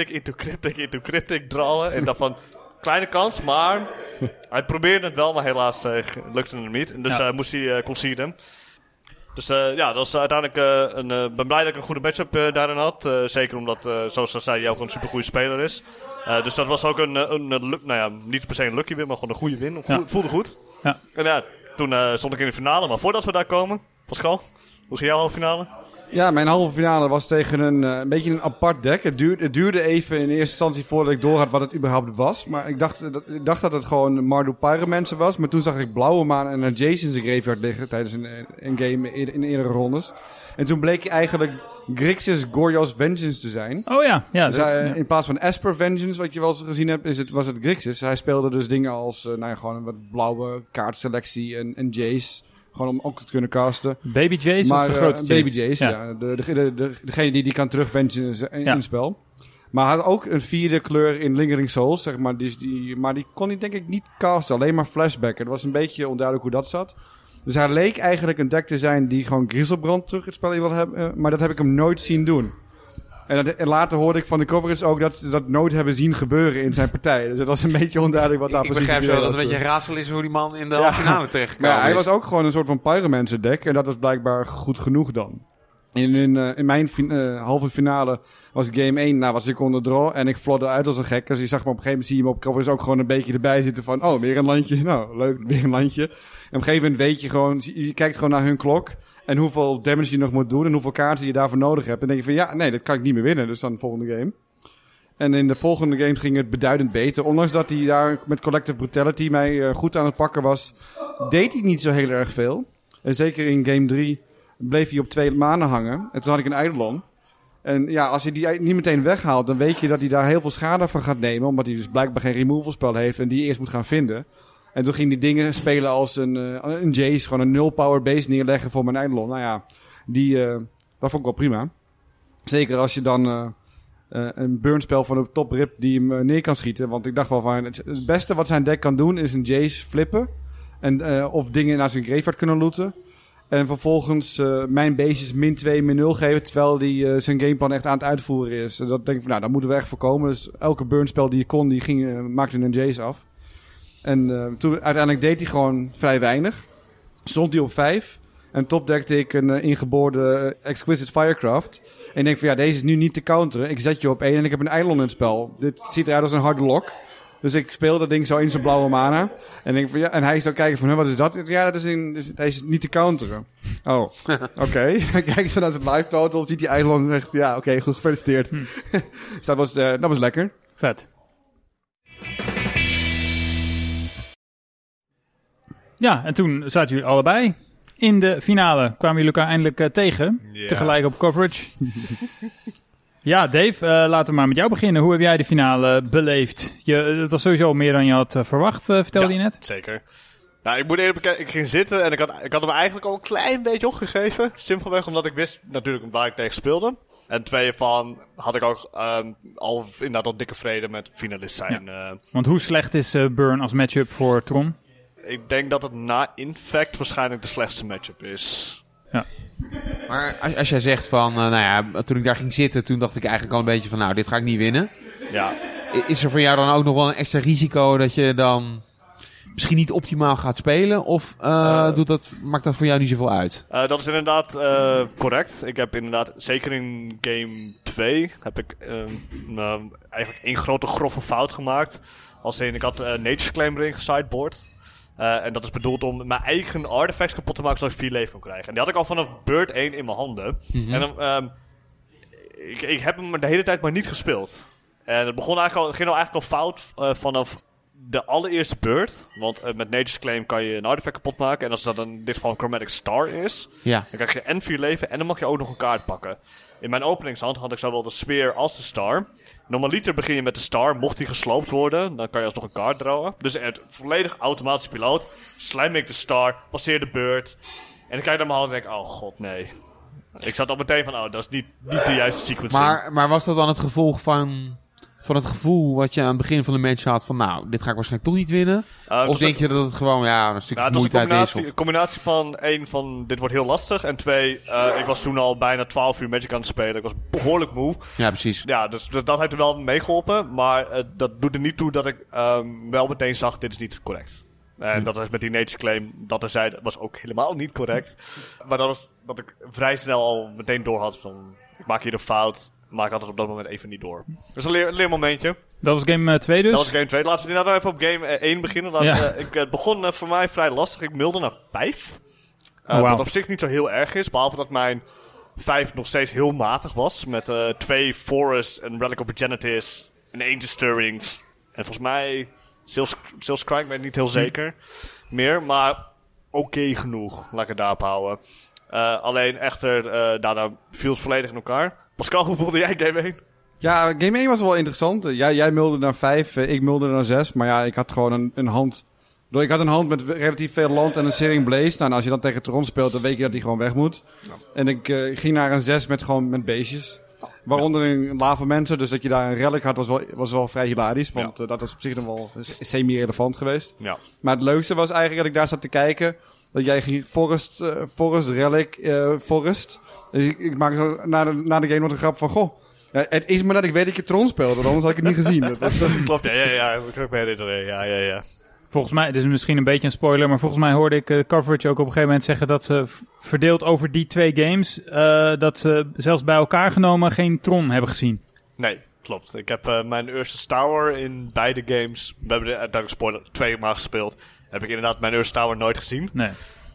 Cryptic drawen. En dat van, kleine kans, maar hij probeerde het wel, maar helaas lukte het hem niet. En dus moest hij conceden. Dus dat was uiteindelijk ben blij dat ik een goede matchup daarin had. Zeker omdat, zoals ze zei, jou gewoon een supergoeie speler is. Dus dat was ook niet per se een lucky win, maar gewoon een goede win. Voelde goed. Ja. En ja, toen stond ik in de finale. Maar voordat we daar komen, Pascal, hoe ging jouw halve finale? Ja, mijn halve finale was tegen een beetje een apart deck. Het duurde even in eerste instantie voordat ik doorhad wat het überhaupt was. Maar ik dacht dat het gewoon Mardu Pyromancer was. Maar toen zag ik Blauwe Maan en een Jace in zijn graveyard liggen tijdens een game in eerdere rondes. En toen bleek eigenlijk Grixis Goryo's Vengeance te zijn. Oh ja. Dus in plaats van Esper Vengeance, wat je wel eens gezien hebt, was het Grixis. Hij speelde dus dingen als gewoon een wat blauwe kaartselectie en Jace. Gewoon om ook te kunnen casten. Baby Jace of de grote Jace? Baby Jace, ja. Degene die kan terugwensen in het spel. Maar hij had ook een 4e kleur in Lingering Souls, zeg maar. Maar die kon hij denk ik niet casten, alleen maar flashbacken. Het was een beetje onduidelijk hoe dat zat. Dus hij leek eigenlijk een deck te zijn die gewoon Griselbrand terug het spel in wil hebben. Maar dat heb ik hem nooit zien doen. En later hoorde ik van de coverage ook dat ze dat nooit hebben zien gebeuren in zijn partij. Dus het was een beetje onduidelijk wat daar precies gebeurde. Ik begrijp zo dat het een beetje raadsel is hoe die man in de halve finale terechtgekomen is. Hij was ook gewoon een soort van Pyromancer deck. En dat was blijkbaar goed genoeg dan. In mijn halve finale was game 1, was ik onder draw. En ik flodde uit als een gek. Dus je zag me op een gegeven moment, zie je me op coverage ook gewoon een beetje erbij zitten van, weer een landje. Nou, leuk, weer een landje. En op een gegeven moment weet je gewoon, je kijkt gewoon naar hun klok. En hoeveel damage je nog moet doen en hoeveel kaarten je daarvoor nodig hebt. En dan denk je van, dat kan ik niet meer winnen. Dus dan de volgende game. En in de volgende game ging het beduidend beter. Ondanks dat hij daar met Collective Brutality mij goed aan het pakken was, deed hij niet zo heel erg veel. En zeker in game 3 bleef hij op 2 manen hangen. En toen had ik een Eidolon. En als hij die niet meteen weghaalt, dan weet je dat hij daar heel veel schade van gaat nemen. Omdat hij dus blijkbaar geen removal spel heeft en die eerst moet gaan vinden. En toen ging die dingen spelen als een Jace, gewoon een 0 power base neerleggen voor mijn Eidolon. Dat vond ik wel prima. Zeker als je dan een burnspel van de top rip die hem neer kan schieten. Want ik dacht wel van, het beste wat zijn deck kan doen is een Jace flippen. Of dingen naar zijn graveyard kunnen looten. En vervolgens mijn beestjes min 2, min 0 geven, terwijl die zijn gameplan echt aan het uitvoeren is. En dat denk ik van, dat moeten we echt voorkomen. Dus elke burnspel die je kon, maakte een Jace af. En toen uiteindelijk deed hij gewoon vrij weinig. Stond hij op 5. En topdeckte ik een ingeboorde Exquisite Firecraft. En ik denk van deze is nu niet te counteren. Ik zet je op 1 en ik heb een Eidolon in het spel. Dit ziet eruit als een harde lock. Dus ik speel dat ding zo in zijn blauwe mana. En denk van en hij zou kijken van wat is dat? Ja, hij is niet te counteren. Oh, oké. Dan kijken ze naar het live total, ziet die Eidolon en zegt oké, goed gefeliciteerd. Dus dat was lekker. Vet. Ja, en toen zaten jullie allebei in de finale. Kwamen jullie elkaar eindelijk tegen. Yeah. Tegelijk op coverage. Ja, Dave, laten we maar met jou beginnen. Hoe heb jij de finale beleefd? Het was sowieso meer dan je had verwacht, vertelde je net. Zeker. Nou, ik moet eerlijk bekennen, ik ging zitten en ik had hem eigenlijk al een klein beetje opgegeven. Simpelweg omdat ik wist natuurlijk waar ik tegen speelde. En 2 van had ik ook inderdaad al dikke vrede met finalist zijn. Ja. Want hoe slecht is Burn als matchup voor Tron? Ik denk dat het na Infect waarschijnlijk de slechtste matchup is. Ja. Maar als jij zegt van, toen ik daar ging zitten, toen dacht ik eigenlijk al een beetje van, dit ga ik niet winnen. Ja. Is er voor jou dan ook nog wel een extra risico dat je dan misschien niet optimaal gaat spelen? Of maakt dat voor jou niet zoveel uit? Dat is inderdaad correct. Ik heb inderdaad, zeker in game 2, heb ik eigenlijk 1 grote grove fout gemaakt. Ik had Nature's Claim erin gesideboard. En dat is bedoeld om mijn eigen artifacts kapot te maken, zodat ik 4 leven kon krijgen. En die had ik al vanaf beurt 1 in mijn handen. Mm-hmm. En ik heb hem de hele tijd maar niet gespeeld. En het ging al eigenlijk al fout vanaf de allereerste beurt. Want met Nature's Claim kan je een artefact kapot maken. En als dat in dit geval een Chromatic Star is, dan krijg je en 4 leven en dan mag je ook nog een kaart pakken. In mijn openingshand had ik zowel de Sphere als de Star. Normaliter begin je met de Star. Mocht die gesloopt worden, dan kan je alsnog een kaart drawen. Dus het volledig automatisch piloot. Slijm ik de Star, passeer de beurt. En dan kijk ik naar mijn hand en denk oh god, nee. Ik zat al meteen van, dat is niet de juiste sequencing. Maar was dat dan het gevolg van het gevoel wat je aan het begin van de match had van, nou, dit ga ik waarschijnlijk toch niet winnen? Of denk je dat het gewoon, een stukje vermoeidheid is? Een combinatie van, 1, van dit wordt heel lastig. En 2, ik was toen al bijna 12 uur Magic aan het spelen. Ik was behoorlijk moe. Ja, precies. Ja, dus dat heeft er wel meegeholpen. Maar dat doet er niet toe dat ik wel meteen zag, dit is niet correct. En dat was met die Nature's Claim, dat er zei, dat was ook helemaal niet correct. Maar dat was dat ik vrij snel al meteen door had van, ik maak hier een fout. Maar ik had het op dat moment even niet door. Dus een leermomentje. Dat was game 2 dus? Dat was game 2. Laten we inderdaad even op game 1 beginnen. Het begon voor mij vrij lastig. Ik milde naar 5. Wat op zich niet zo heel erg is. Behalve dat mijn 5 nog steeds heel matig was. Met 2 Forest, een Relic of Progenitus, een Ancient Stirrings. En volgens mij zelfs Cry, ik weet niet heel zeker meer. Maar oké genoeg. Laat ik het daarop houden. Alleen echter, daarna viel het volledig in elkaar. Pascal, hoe voelde jij game 1? Ja, game 1 was wel interessant. Jij mulde naar 5, ik mulde naar 6. Maar ja, ik had gewoon een hand. Ik had een hand met relatief veel land en een Searing Blaze. Nou, als je dan tegen Tron speelt, dan weet je dat die gewoon weg moet. Ja. En ik ging naar een 6 met beestjes. Waaronder een Lavamancer, dus dat je daar een relic had was wel vrij hilarisch. Want dat was op zich dan wel semi-relevant geweest. Ja. Maar het leukste was eigenlijk dat ik daar zat te kijken. Dat jij ging Forest, Relic, Forest. Dus ik maak zo na de game nog een grap van, goh, het is maar dat ik weet dat je Tron speelde, want anders had ik het niet gezien. Dat was, klopt, ja, dat kan ik me herinneren, ja. Volgens mij, dit is misschien een beetje een spoiler, maar volgens mij hoorde ik Coverage ook op een gegeven moment zeggen dat ze verdeeld over die 2 games, dat ze zelfs bij elkaar genomen geen Tron hebben gezien. Nee, klopt. Ik heb mijn Ursus Tower in beide games, we hebben uiteindelijk spoiler 2 maal gespeeld, heb ik inderdaad mijn Ursus Tower nooit gezien. Nee.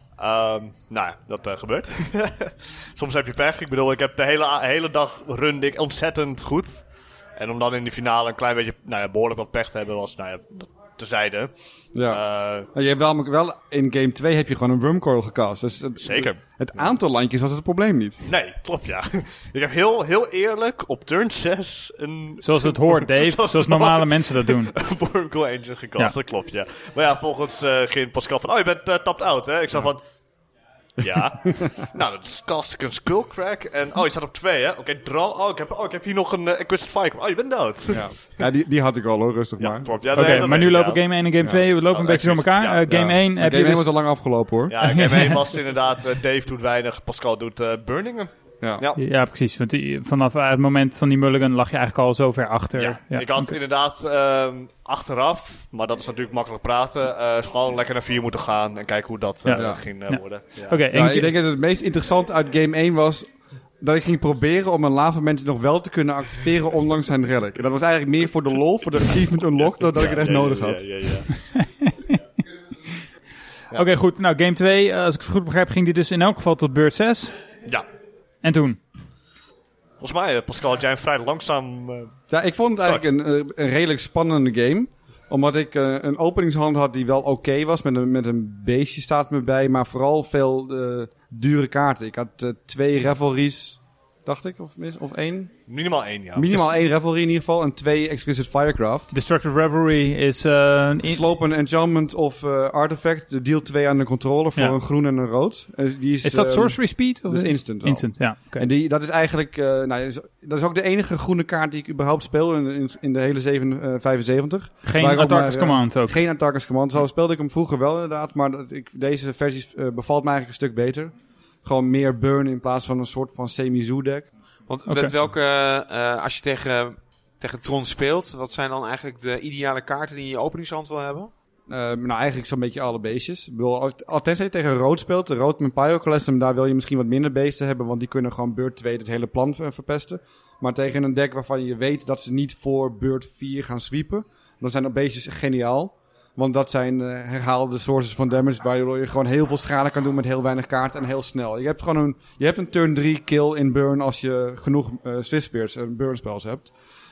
Dat gebeurt. Soms heb je pech. Ik bedoel, ik heb de hele dag runde ik ontzettend goed. En om dan in de finale een klein beetje, behoorlijk wat pech te hebben, was, terzijde. Ja. Je hebt wel in game 2 heb je gewoon een Wurmcoil gecast. Dus zeker. Het aantal landjes was het probleem niet. Nee, klopt, ja. Ik heb heel eerlijk op turn 6 een... Zoals het hoort, Dave. zoals normale mensen dat doen. Een Wurmcoil Engine gecast, dat klopt, ja. Maar ja, volgens ging Pascal van, je bent tapped out, hè? Ik zag van... Ja. Nou, dat cast ik een Skullcrack. En, je staat op 2, hè? Oké, draw. Ik heb hier nog een Acquisitive Fire. Je bent dood. Ja, die had ik al, hoor. Rustig maar. Klopt. Ja, Oké, maar nu lopen game 1 en game 2. We lopen een beetje door elkaar. Game 1 heb je game 1 was al lang afgelopen, hoor. Ja, game 1 was inderdaad... Dave doet weinig, Pascal doet burningen. Ja, precies. Want vanaf het moment van die mulligan lag je eigenlijk al zo ver achter. Ja. Ik had inderdaad achteraf, maar dat is natuurlijk makkelijk praten, gewoon lekker naar 4 moeten gaan en kijken hoe dat ging worden. Ja. Ik denk dat het meest interessant uit game 1 was dat ik ging proberen om een Lavamancer nog wel te kunnen activeren ondanks zijn relic. En dat was eigenlijk meer voor de lol, voor de achievement unlock, dan dat ik het echt nodig had. Oké, goed. Nou, game 2, als ik het goed begrijp, ging die dus in elk geval tot beurt 6. Ja. En toen? Volgens mij, Pascal, had jij een vrij langzaam... Ja, ik vond het eigenlijk een redelijk spannende game. Omdat ik een openingshand had die wel oké was. Met een beestje staat me bij. Maar vooral veel dure kaarten. Ik had 2 Revelries, dacht ik. Of 1? Minimaal 1, ja. Minimaal 1 Revelry in ieder geval. En 2 Exquisite Firecraft. Destructive Revelry is... Slope een enchantment of artifact. Deal 2 aan de controller voor een groen en een rood. Die is dat sorcery speed? Of dat is instant. Instant, ja. Okay. En dat is eigenlijk... dat is ook de enige groene kaart die ik überhaupt speel in de hele 775. Geen Attackers Command ook? Geen Attackers Command. Zo speelde ik hem vroeger wel inderdaad. Maar deze versie bevalt me eigenlijk een stuk beter. Gewoon meer burn in plaats van een soort van semi-zoo deck. Want met welke, als je tegen Tron speelt, wat zijn dan eigenlijk de ideale kaarten die je in je openingshand wil hebben? Eigenlijk zo'n beetje alle beestjes. Ik bedoel, tenzij je tegen rood speelt, rood met Pyroclasm, daar wil je misschien wat minder beesten hebben, want die kunnen gewoon beurt 2 het hele plan verpesten. Maar tegen een deck waarvan je weet dat ze niet voor beurt 4 gaan sweepen, dan zijn de beestjes geniaal. Want dat zijn herhaalde sources van damage, waardoor je gewoon heel veel schade kan doen met heel weinig kaarten en heel snel. Je hebt gewoon een turn 3 kill in burn als je genoeg Swift Spears en burn spells hebt.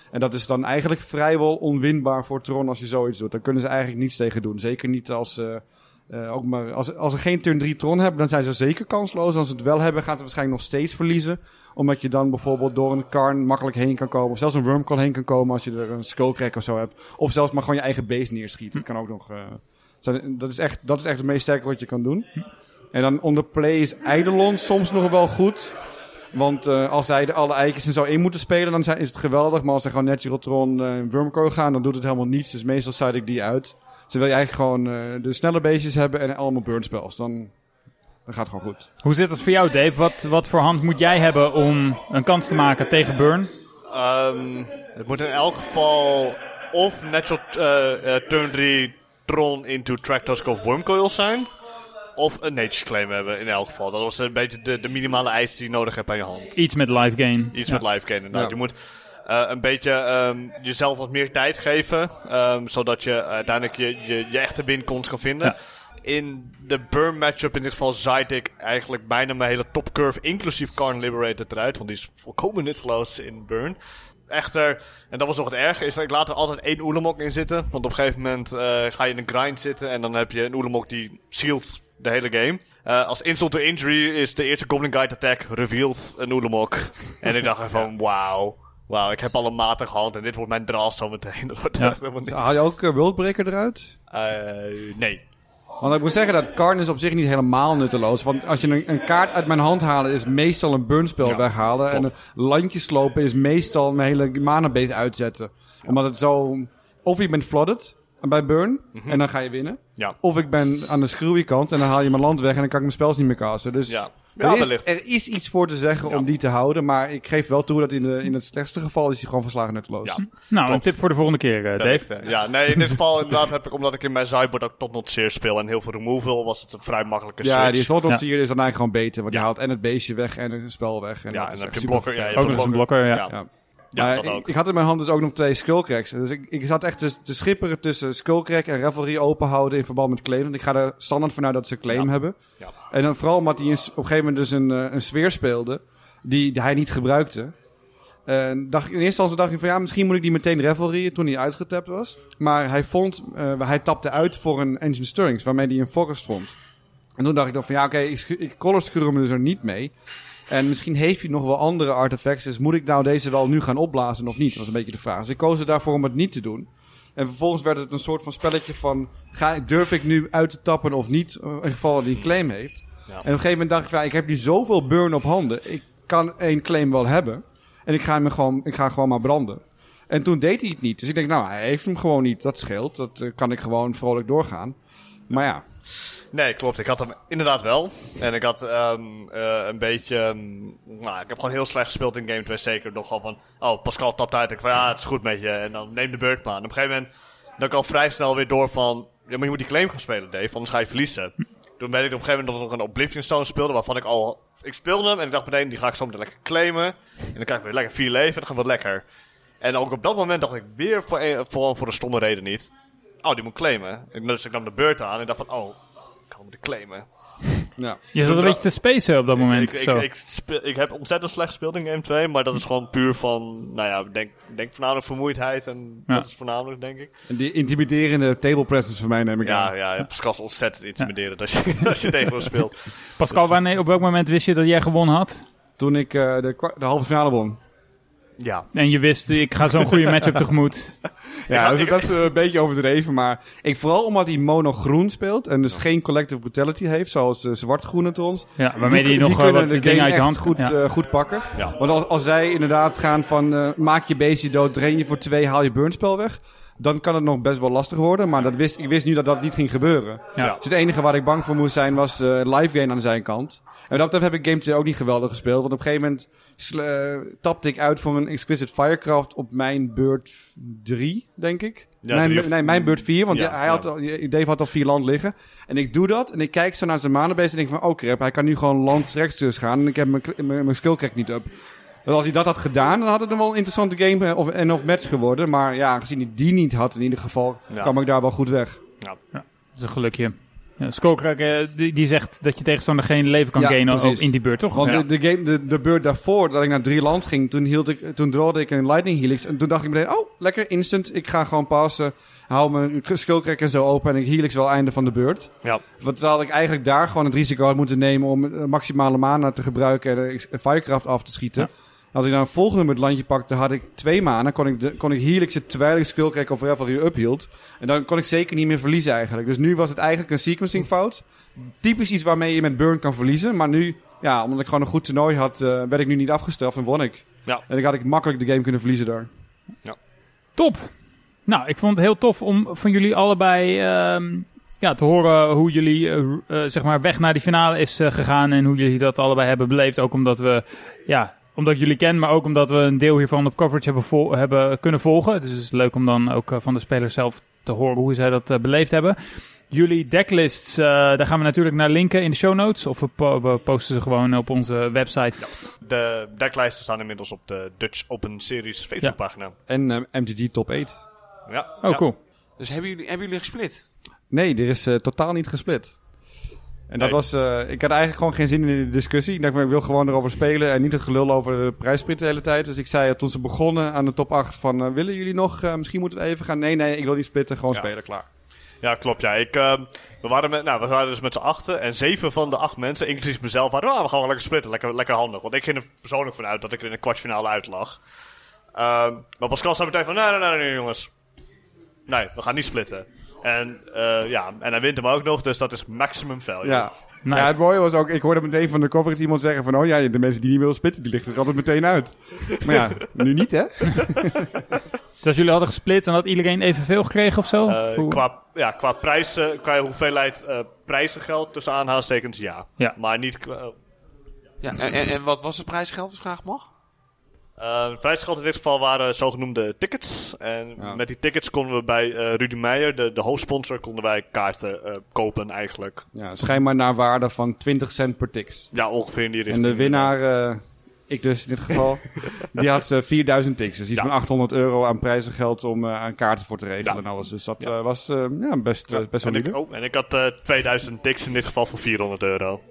En dat is dan eigenlijk vrijwel onwinbaar voor Tron als je zoiets doet. Daar kunnen ze eigenlijk niets tegen doen. Zeker niet als als ze geen turn 3 Tron hebben, dan zijn ze zeker kansloos. Als ze het wel hebben, gaan ze waarschijnlijk nog steeds verliezen. Omdat je dan bijvoorbeeld door een Karn makkelijk heen kan komen. Of zelfs een Wurmcoil heen kan komen als je er een Skullcrack of zo hebt. Of zelfs maar gewoon je eigen base neerschieten. Dat kan ook nog... dat is echt het meest sterke wat je kan doen. En dan onder play is Eidolon soms nog wel goed. Want als zij alle eitjes en zo in moeten spelen, dan is het geweldig. Maar als er gewoon Natural Tron Wurmcoil gaan, dan doet het helemaal niets. Dus meestal side ik die uit. Dus wil je eigenlijk gewoon de snelle beestjes hebben en allemaal burn spells. Dan gaat het gewoon goed. Hoe zit dat voor jou, Dave? Wat voor hand moet jij hebben om een kans te maken tegen burn? Het moet in elk geval of Natural Turn 3 Tron into Traktorsk of Wurmcoil zijn. Of een Nature's Claim hebben in elk geval. Dat was een beetje de minimale eis die je nodig hebt aan je hand. Iets met life gain. Met life gain, inderdaad. Ja. Je moet een beetje jezelf wat meer tijd geven. Zodat je uiteindelijk je echte winkomst kan vinden. Ja. In de burn matchup in dit geval zaaide ik eigenlijk bijna mijn hele top curve, inclusief Karn Liberated eruit. Want die is volkomen nutteloos in burn. Echter, en dat was nog het erge, is dat ik laat er altijd 1 Ulamog in zitten. Want op een gegeven moment ga je in een grind zitten en dan heb je een Ulamog die sealt de hele game. Als insult to injury is de eerste Goblin Guide attack revealed een Ulamog. En ik dacht even van, wauw, ik heb al een matige hand en dit wordt mijn draal zo meteen. Dat wordt echt helemaal niks. Haal je ook Worldbreaker eruit? Nee. Want ik moet zeggen dat Karn is op zich niet helemaal nutteloos. Want als je een kaart uit mijn hand halen is meestal een burnspel weghalen. En een landje slopen is meestal mijn hele manabase uitzetten. Ja. Omdat het zo... Of je bent flooded bij burn en dan ga je winnen. Ja. Of ik ben aan de screwy kant en dan haal je mijn land weg en dan kan ik mijn spels niet meer casten. Dus er is iets voor te zeggen om die te houden. Maar ik geef wel toe dat in het slechtste geval is hij gewoon verslagen nutteloos. Ja. Nou, een tip voor de volgende keer, Dave. In dit geval inderdaad heb ik, omdat ik in mijn sideboard ook tot not seer speel en heel veel removal, was het een vrij makkelijke switch. Ja, die tot not seer is dan eigenlijk gewoon beter. Want je haalt en het beestje weg en een spel weg. En en dan heb je een blokker. Ook nog eens een blokker, Ja, ik had in mijn hand dus ook nog 2 Skullcracks. Dus ik zat echt te schipperen tussen Skullcrack en Revelry open houden in verband met claim. Want ik ga er standaard vanuit dat ze claim hebben. Ja. En dan vooral omdat hij op een gegeven moment dus een sfeer speelde die hij niet gebruikte. In eerste instantie dacht ik van misschien moet ik die meteen Revelry toen hij uitgetapt was. Maar hij tapte uit voor een Ancient Stirrings waarmee hij een Forest vond. En toen dacht ik dan van ik colorskeur hem dus er niet mee. En misschien heeft hij nog wel andere artefacts. Dus moet ik nou deze wel nu gaan opblazen of niet? Dat was een beetje de vraag. Dus ik koos er daarvoor om het niet te doen. En vervolgens werd het een soort van spelletje van... Durf ik nu uit te tappen of niet? In ieder geval dat hij een claim heeft. Ja. En op een gegeven moment dacht ik... ik heb nu zoveel burn op handen. Ik kan 1 claim wel hebben. En ik ga gewoon maar branden. En toen deed hij het niet. Dus ik denk, hij heeft hem gewoon niet. Dat scheelt. Dat kan ik gewoon vrolijk doorgaan. Maar ja... Nee, klopt. Ik had hem inderdaad wel. En ik had een beetje... ik heb gewoon heel slecht gespeeld in Game 2. Zeker nogal van... Pascal tapt uit. Ik van, het is goed met je. En dan neem de beurt maar. En op een gegeven moment... Dan ik al vrij snel weer door van... Ja, maar je moet die claim gaan spelen, Dave. Anders ga je verliezen. Toen ben ik op een gegeven moment nog een Oblivion Stone speelde. Waarvan ik speelde hem. En ik dacht meteen, die ga ik zo meteen lekker claimen. En dan krijg ik weer lekker 4 leven. En dan gaat het lekker. En ook op dat moment dacht ik weer voor een stomme reden niet. Die moet claimen. Dus ik nam de beurt aan. En ik dacht van, ik kan hem claimen. Ja. Je zat een beetje te spacen op dat moment. Ik heb ontzettend slecht gespeeld in Game 2. Maar dat is gewoon puur van... denk voornamelijk vermoeidheid. En dat is voornamelijk, denk ik. En die intimiderende table presence voor mij neem ik aan. Ja, Pascal is ontzettend intimiderend als je tegen hem speelt. Pascal, op welk moment wist je dat jij gewonnen had? Toen ik de halve finale won. Ja. En je wist, ik ga zo'n goede matchup tegemoet. Dat is een beetje overdreven, maar vooral omdat hij mono-groen speelt en dus geen collective brutality heeft, zoals de zwart-groene trons. Ja, waarmee die nog wat dingen uit je hand goed pakken. Ja. Want als zij inderdaad gaan van maak je beestje dood, drain je voor 2, haal je burnspel weg, dan kan het nog best wel lastig worden, maar ik wist nu dat dat niet ging gebeuren. Ja. Dus het enige waar ik bang voor moest zijn was live gain aan zijn kant. En dat heb ik Game 2 ook niet geweldig gespeeld, want op een gegeven moment tapte ik uit voor een Exquisite Firecraft op mijn beurt 3, denk ik. Ja, mijn beurt 4, want Dave had al 4 land liggen. En ik doe dat en ik kijk zo naar zijn manabase en denk van, crap, hij kan nu gewoon land rechtstreeks gaan en ik heb mijn skillcrack niet op. Dus als hij dat had gedaan, dan had het een wel een interessante game of match geworden. Maar aangezien hij die niet had in ieder geval, kwam ik daar wel goed weg. Ja. Dat is een gelukje. Ja, Skullcracker die zegt dat je tegenstander geen leven kan gainen in die beurt, toch? Want de beurt daarvoor, dat ik naar 3 land ging, toen drawde ik een Lightning Helix. En toen dacht ik meteen, lekker, instant. Ik ga gewoon passen. Hou mijn Skullcracker zo open en ik Helix wel einde van de beurt. Ja. Terwijl ik eigenlijk daar gewoon het risico had moeten nemen om maximale mana te gebruiken en de Firecraft af te schieten. Ja. Als ik dan een volgende met landje pakte, had ik 2 mana. Kon ik Helixen terwijl ik Skullcracker of Revelry uphield. En dan kon ik zeker niet meer verliezen eigenlijk. Dus nu was het eigenlijk een sequencing fout. Typisch iets waarmee je met burn kan verliezen. Maar nu, omdat ik gewoon een goed toernooi had, werd ik nu niet afgestraft en won ik. Ja. En dan had ik makkelijk de game kunnen verliezen daar. Ja. Top! Nou, ik vond het heel tof om van jullie allebei te horen hoe jullie weg naar die finale is gegaan. En hoe jullie dat allebei hebben beleefd. Ook omdat omdat ik jullie ken, maar ook omdat we een deel hiervan op coverage hebben kunnen volgen. Dus het is leuk om dan ook van de spelers zelf te horen hoe zij dat beleefd hebben. Jullie decklists, daar gaan we natuurlijk naar linken in de show notes. Of we posten ze gewoon op onze website. Ja. De decklijsten staan inmiddels op de Dutch Open Series Facebookpagina. Ja. En MTG Top 8. Ja. Oh, cool. Dus hebben jullie gesplit? Nee, er is totaal niet gesplit. En dat was... ik had eigenlijk gewoon geen zin in de discussie. Ik dacht, ik wil gewoon erover spelen en niet het gelul over de prijssplit de hele tijd. Dus ik zei toen ze begonnen aan de top 8 van... willen jullie nog? Misschien moeten we even gaan. Nee, ik wil niet splitten. Gewoon spelen, klaar. Ja, klopt. Ja. We waren dus met z'n 8 en 7 van de 8 mensen, inclusief mezelf, we gaan wel lekker splitten. Lekker handig. Want ik ging er persoonlijk vanuit dat ik er in een kwartfinale uit lag. Maar Pascal zei meteen van, nee jongens. Nee, we gaan niet splitten. En hij wint hem ook nog, dus dat is maximum value. Ja. Nice. Ja, het mooie was ook, ik hoorde meteen van de coverage iemand zeggen van, de mensen die niet willen splitten, die liggen er altijd meteen uit. Maar ja, nu niet, hè? Dus als jullie hadden gesplit, dan had iedereen evenveel gekregen of zo? Qua prijzen, qua hoeveelheid prijzengeld tussen aanhalingstekens, ja. Maar niet... En wat was het prijsgeld, als vraag mag? Het prijsgeld in dit geval waren zogenoemde tickets. En met die tickets konden we bij Rudy Meijer, de hoofdsponsor, konden wij kaarten kopen eigenlijk. Ja, schijnbaar naar waarde van 20 cent per tickets. Ja, ongeveer in die richting. En de winnaar, ik dus in dit geval, die had 4000 tickets. Dus iets van €800 aan prijzengeld om aan kaarten voor te regelen en alles. Dus dat was best solide. En ik had 2000 tickets in dit geval voor €400.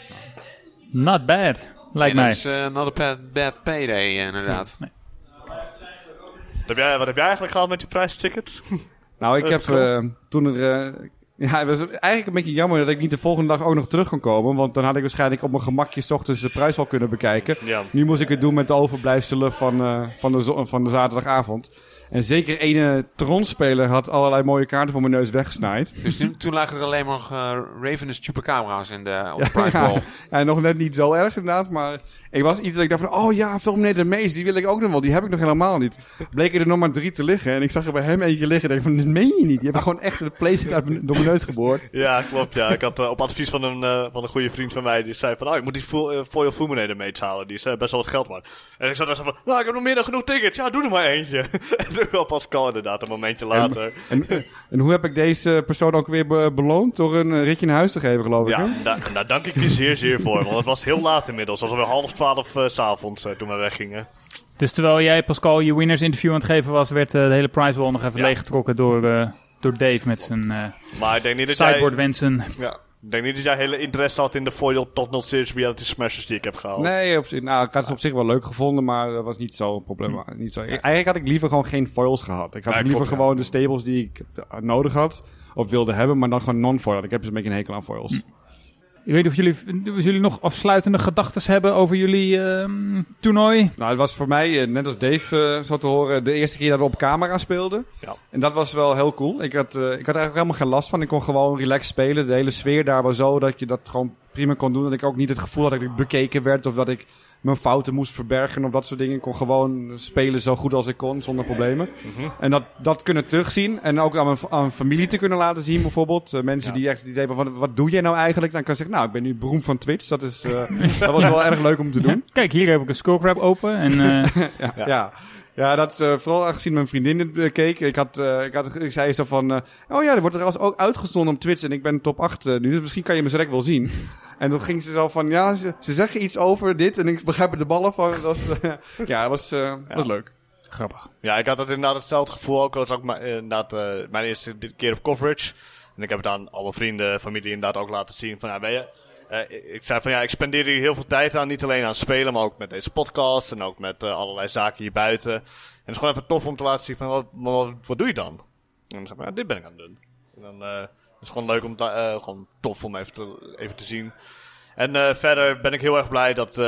Not bad. Lijkt mij. Dat is not a bad payday, inderdaad. Nee. Wat heb jij eigenlijk gehad met die prijstickets? Nou, ik heb toen het was eigenlijk een beetje jammer dat ik niet de volgende dag ook nog terug kon komen. Want dan had ik waarschijnlijk op mijn gemakje 's ochtends de prijs wel kunnen bekijken. Ja. Nu moest ik het doen met de overblijfselen van de zaterdagavond. En zeker ene Tron-speler had allerlei mooie kaarten voor mijn neus weggesnaaid. Dus toen lagen er alleen maar Ravenous Chupacabras op de prijsbal. Ja, nog net niet zo erg inderdaad, maar ik was iets dat ik dacht van, Fulminator Maze, die wil ik ook nog wel. Die heb ik nog helemaal niet. Bleken er nog maar 3 te liggen en ik zag er bij hem eentje liggen en dacht van, dit meen je niet. Je hebt gewoon echt de playset door mijn neus geboord. Ja, klopt. Ja. Ik had op advies van een goede vriend van mij, die zei van, ik moet die Foil Fulminator Maze halen. Die is best wel wat geld waard. En ik zat daar zo van, ik heb nog meer dan genoeg tickets. Ja, doe er maar eentje. En toen wel Pascal inderdaad, een momentje later. En hoe heb ik deze persoon ook weer beloond? Door een ritje naar huis te geven, geloof ik. Ja, daar dank ik je zeer, zeer voor. Want het was heel laat inmiddels. Het was alweer 11:30 s'avonds toen we weggingen. Dus terwijl jij, Pascal, je winners interview aan het geven was, werd de hele prize wall nog even leeggetrokken door Dave met zijn maar ik denk niet dat sideboard wensen. Ja. Ik denk niet dat jij hele interesse had in de Foil Top 0 Series Reality Smashers die ik heb gehaald. Nee, ik had het op zich wel leuk gevonden, maar dat was niet zo'n probleem. Niet zo. Eigenlijk had ik liever gewoon geen foils gehad. Ik had liever gewoon de stables die ik nodig had of wilde hebben, maar dan gewoon non-foil. Ik heb dus een beetje een hekel aan foils. Ik weet niet of jullie nog afsluitende gedachten hebben over jullie toernooi. Nou, het was voor mij, net als Dave zo te horen, de eerste keer dat we op camera speelden. Ja. En dat was wel heel cool. Ik had eigenlijk helemaal geen last van. Ik kon gewoon relaxed spelen. De hele sfeer daar was zo dat je dat gewoon prima kon doen. Dat ik ook niet het gevoel had dat ik bekeken werd of dat ik mijn fouten moest verbergen of dat soort dingen. Ik kon gewoon spelen zo goed als ik kon, zonder problemen. Mm-hmm. En dat kunnen terugzien. En ook aan mijn familie te kunnen laten zien, bijvoorbeeld. Mensen die echt het idee hebben van, wat doe jij nou eigenlijk? Dan kan ik zeggen, ik ben nu beroemd van Twitch. Dat was wel erg leuk om te doen. Kijk, hier heb ik een Skullcrab open. En, Ja, dat vooral aangezien mijn vriendin het keek. Ik zei zo van, er wordt trouwens ook uitgezonden op Twitch en ik ben top 8 nu, dus misschien kan je me direct wel zien. En toen ging ze zo van, ze zeggen iets over dit en ik begrijp er de ballen van. Dat was leuk. Grappig. Ja, ik had inderdaad hetzelfde gevoel ook. Dat was ook mijn eerste keer op coverage. En ik heb het aan alle vrienden, familie inderdaad ook laten zien. Van, weet je, ik zei van ik spendeer hier heel veel tijd aan. Niet alleen aan spelen, maar ook met deze podcast. En ook met allerlei zaken hier buiten. En het is gewoon even tof om te laten zien van wat doe je dan? En dan zeg ik, dit ben ik aan het doen. En dan het is gewoon leuk om gewoon tof om even te zien. En verder ben ik heel erg blij dat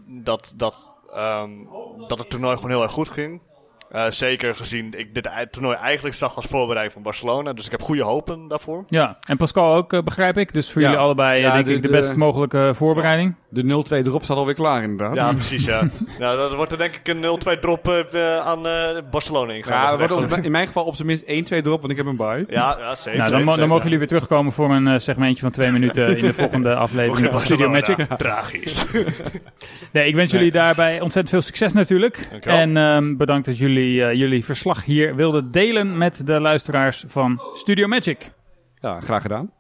het toernooi gewoon heel erg goed ging. Zeker gezien ik dit toernooi eigenlijk zag als voorbereiding van Barcelona. Dus ik heb goede hopen daarvoor. Ja, en Pascal ook, begrijp ik. Dus voor jullie allebei denk ik de best mogelijke voorbereiding. De 0-2 drop staat alweer klaar inderdaad. Ja, precies. Ja. Dat wordt er denk ik een 0-2 drop aan Barcelona ingegaan. Ja, dat wordt in mijn geval op zijn minst 1-2 drop, want ik heb een bye. Ja, zeker. Nou, dan mogen jullie weer terugkomen voor een segmentje van 2 minuten in de volgende aflevering van Studio Magic. Tragisch. Nee, ik wens jullie daarbij ontzettend veel succes natuurlijk. En bedankt dat jullie verslag hier wilden delen met de luisteraars van Studio Magic. Ja, graag gedaan.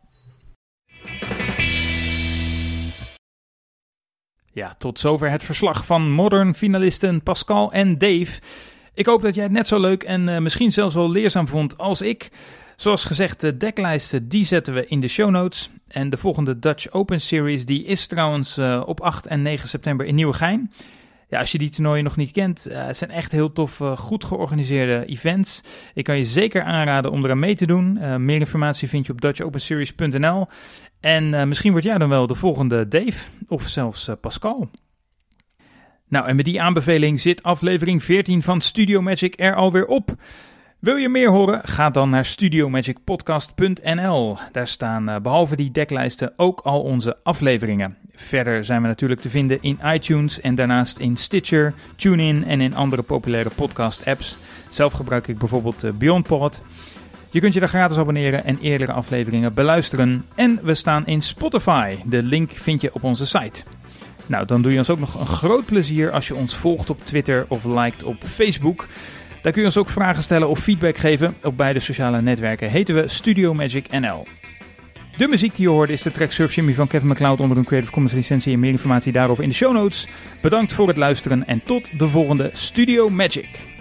Ja, tot zover het verslag van Modern finalisten Pascal en Dave. Ik hoop dat jij het net zo leuk en misschien zelfs wel leerzaam vond als ik. Zoals gezegd, de decklijsten die zetten we in de show notes. En de volgende Dutch Open Series die is trouwens op 8 en 9 september in Nieuwegein. Ja, als je die toernooien nog niet kent, het zijn echt heel tof, goed georganiseerde events. Ik kan je zeker aanraden om eraan mee te doen. Meer informatie vind je op dutchopenseries.nl. En misschien word jij dan wel de volgende Dave of zelfs Pascal. Nou, en met die aanbeveling zit aflevering 14 van Studio Magic er alweer op. Wil je meer horen? Ga dan naar studiomagicpodcast.nl. Daar staan behalve die decklijsten ook al onze afleveringen. Verder zijn we natuurlijk te vinden in iTunes en daarnaast in Stitcher, TuneIn en in andere populaire podcast-apps. Zelf gebruik ik bijvoorbeeld BeyondPod. Je kunt je daar gratis abonneren en eerdere afleveringen beluisteren. En we staan in Spotify. De link vind je op onze site. Nou, dan doe je ons ook nog een groot plezier als je ons volgt op Twitter of liked op Facebook. Daar kun je ons ook vragen stellen of feedback geven. Op beide sociale netwerken heten we Studio Magic NL. De muziek die je hoorde is de track Surf Jimmy van Kevin MacLeod onder een Creative Commons licentie en meer informatie daarover in de show notes. Bedankt voor het luisteren en tot de volgende Studio Magic.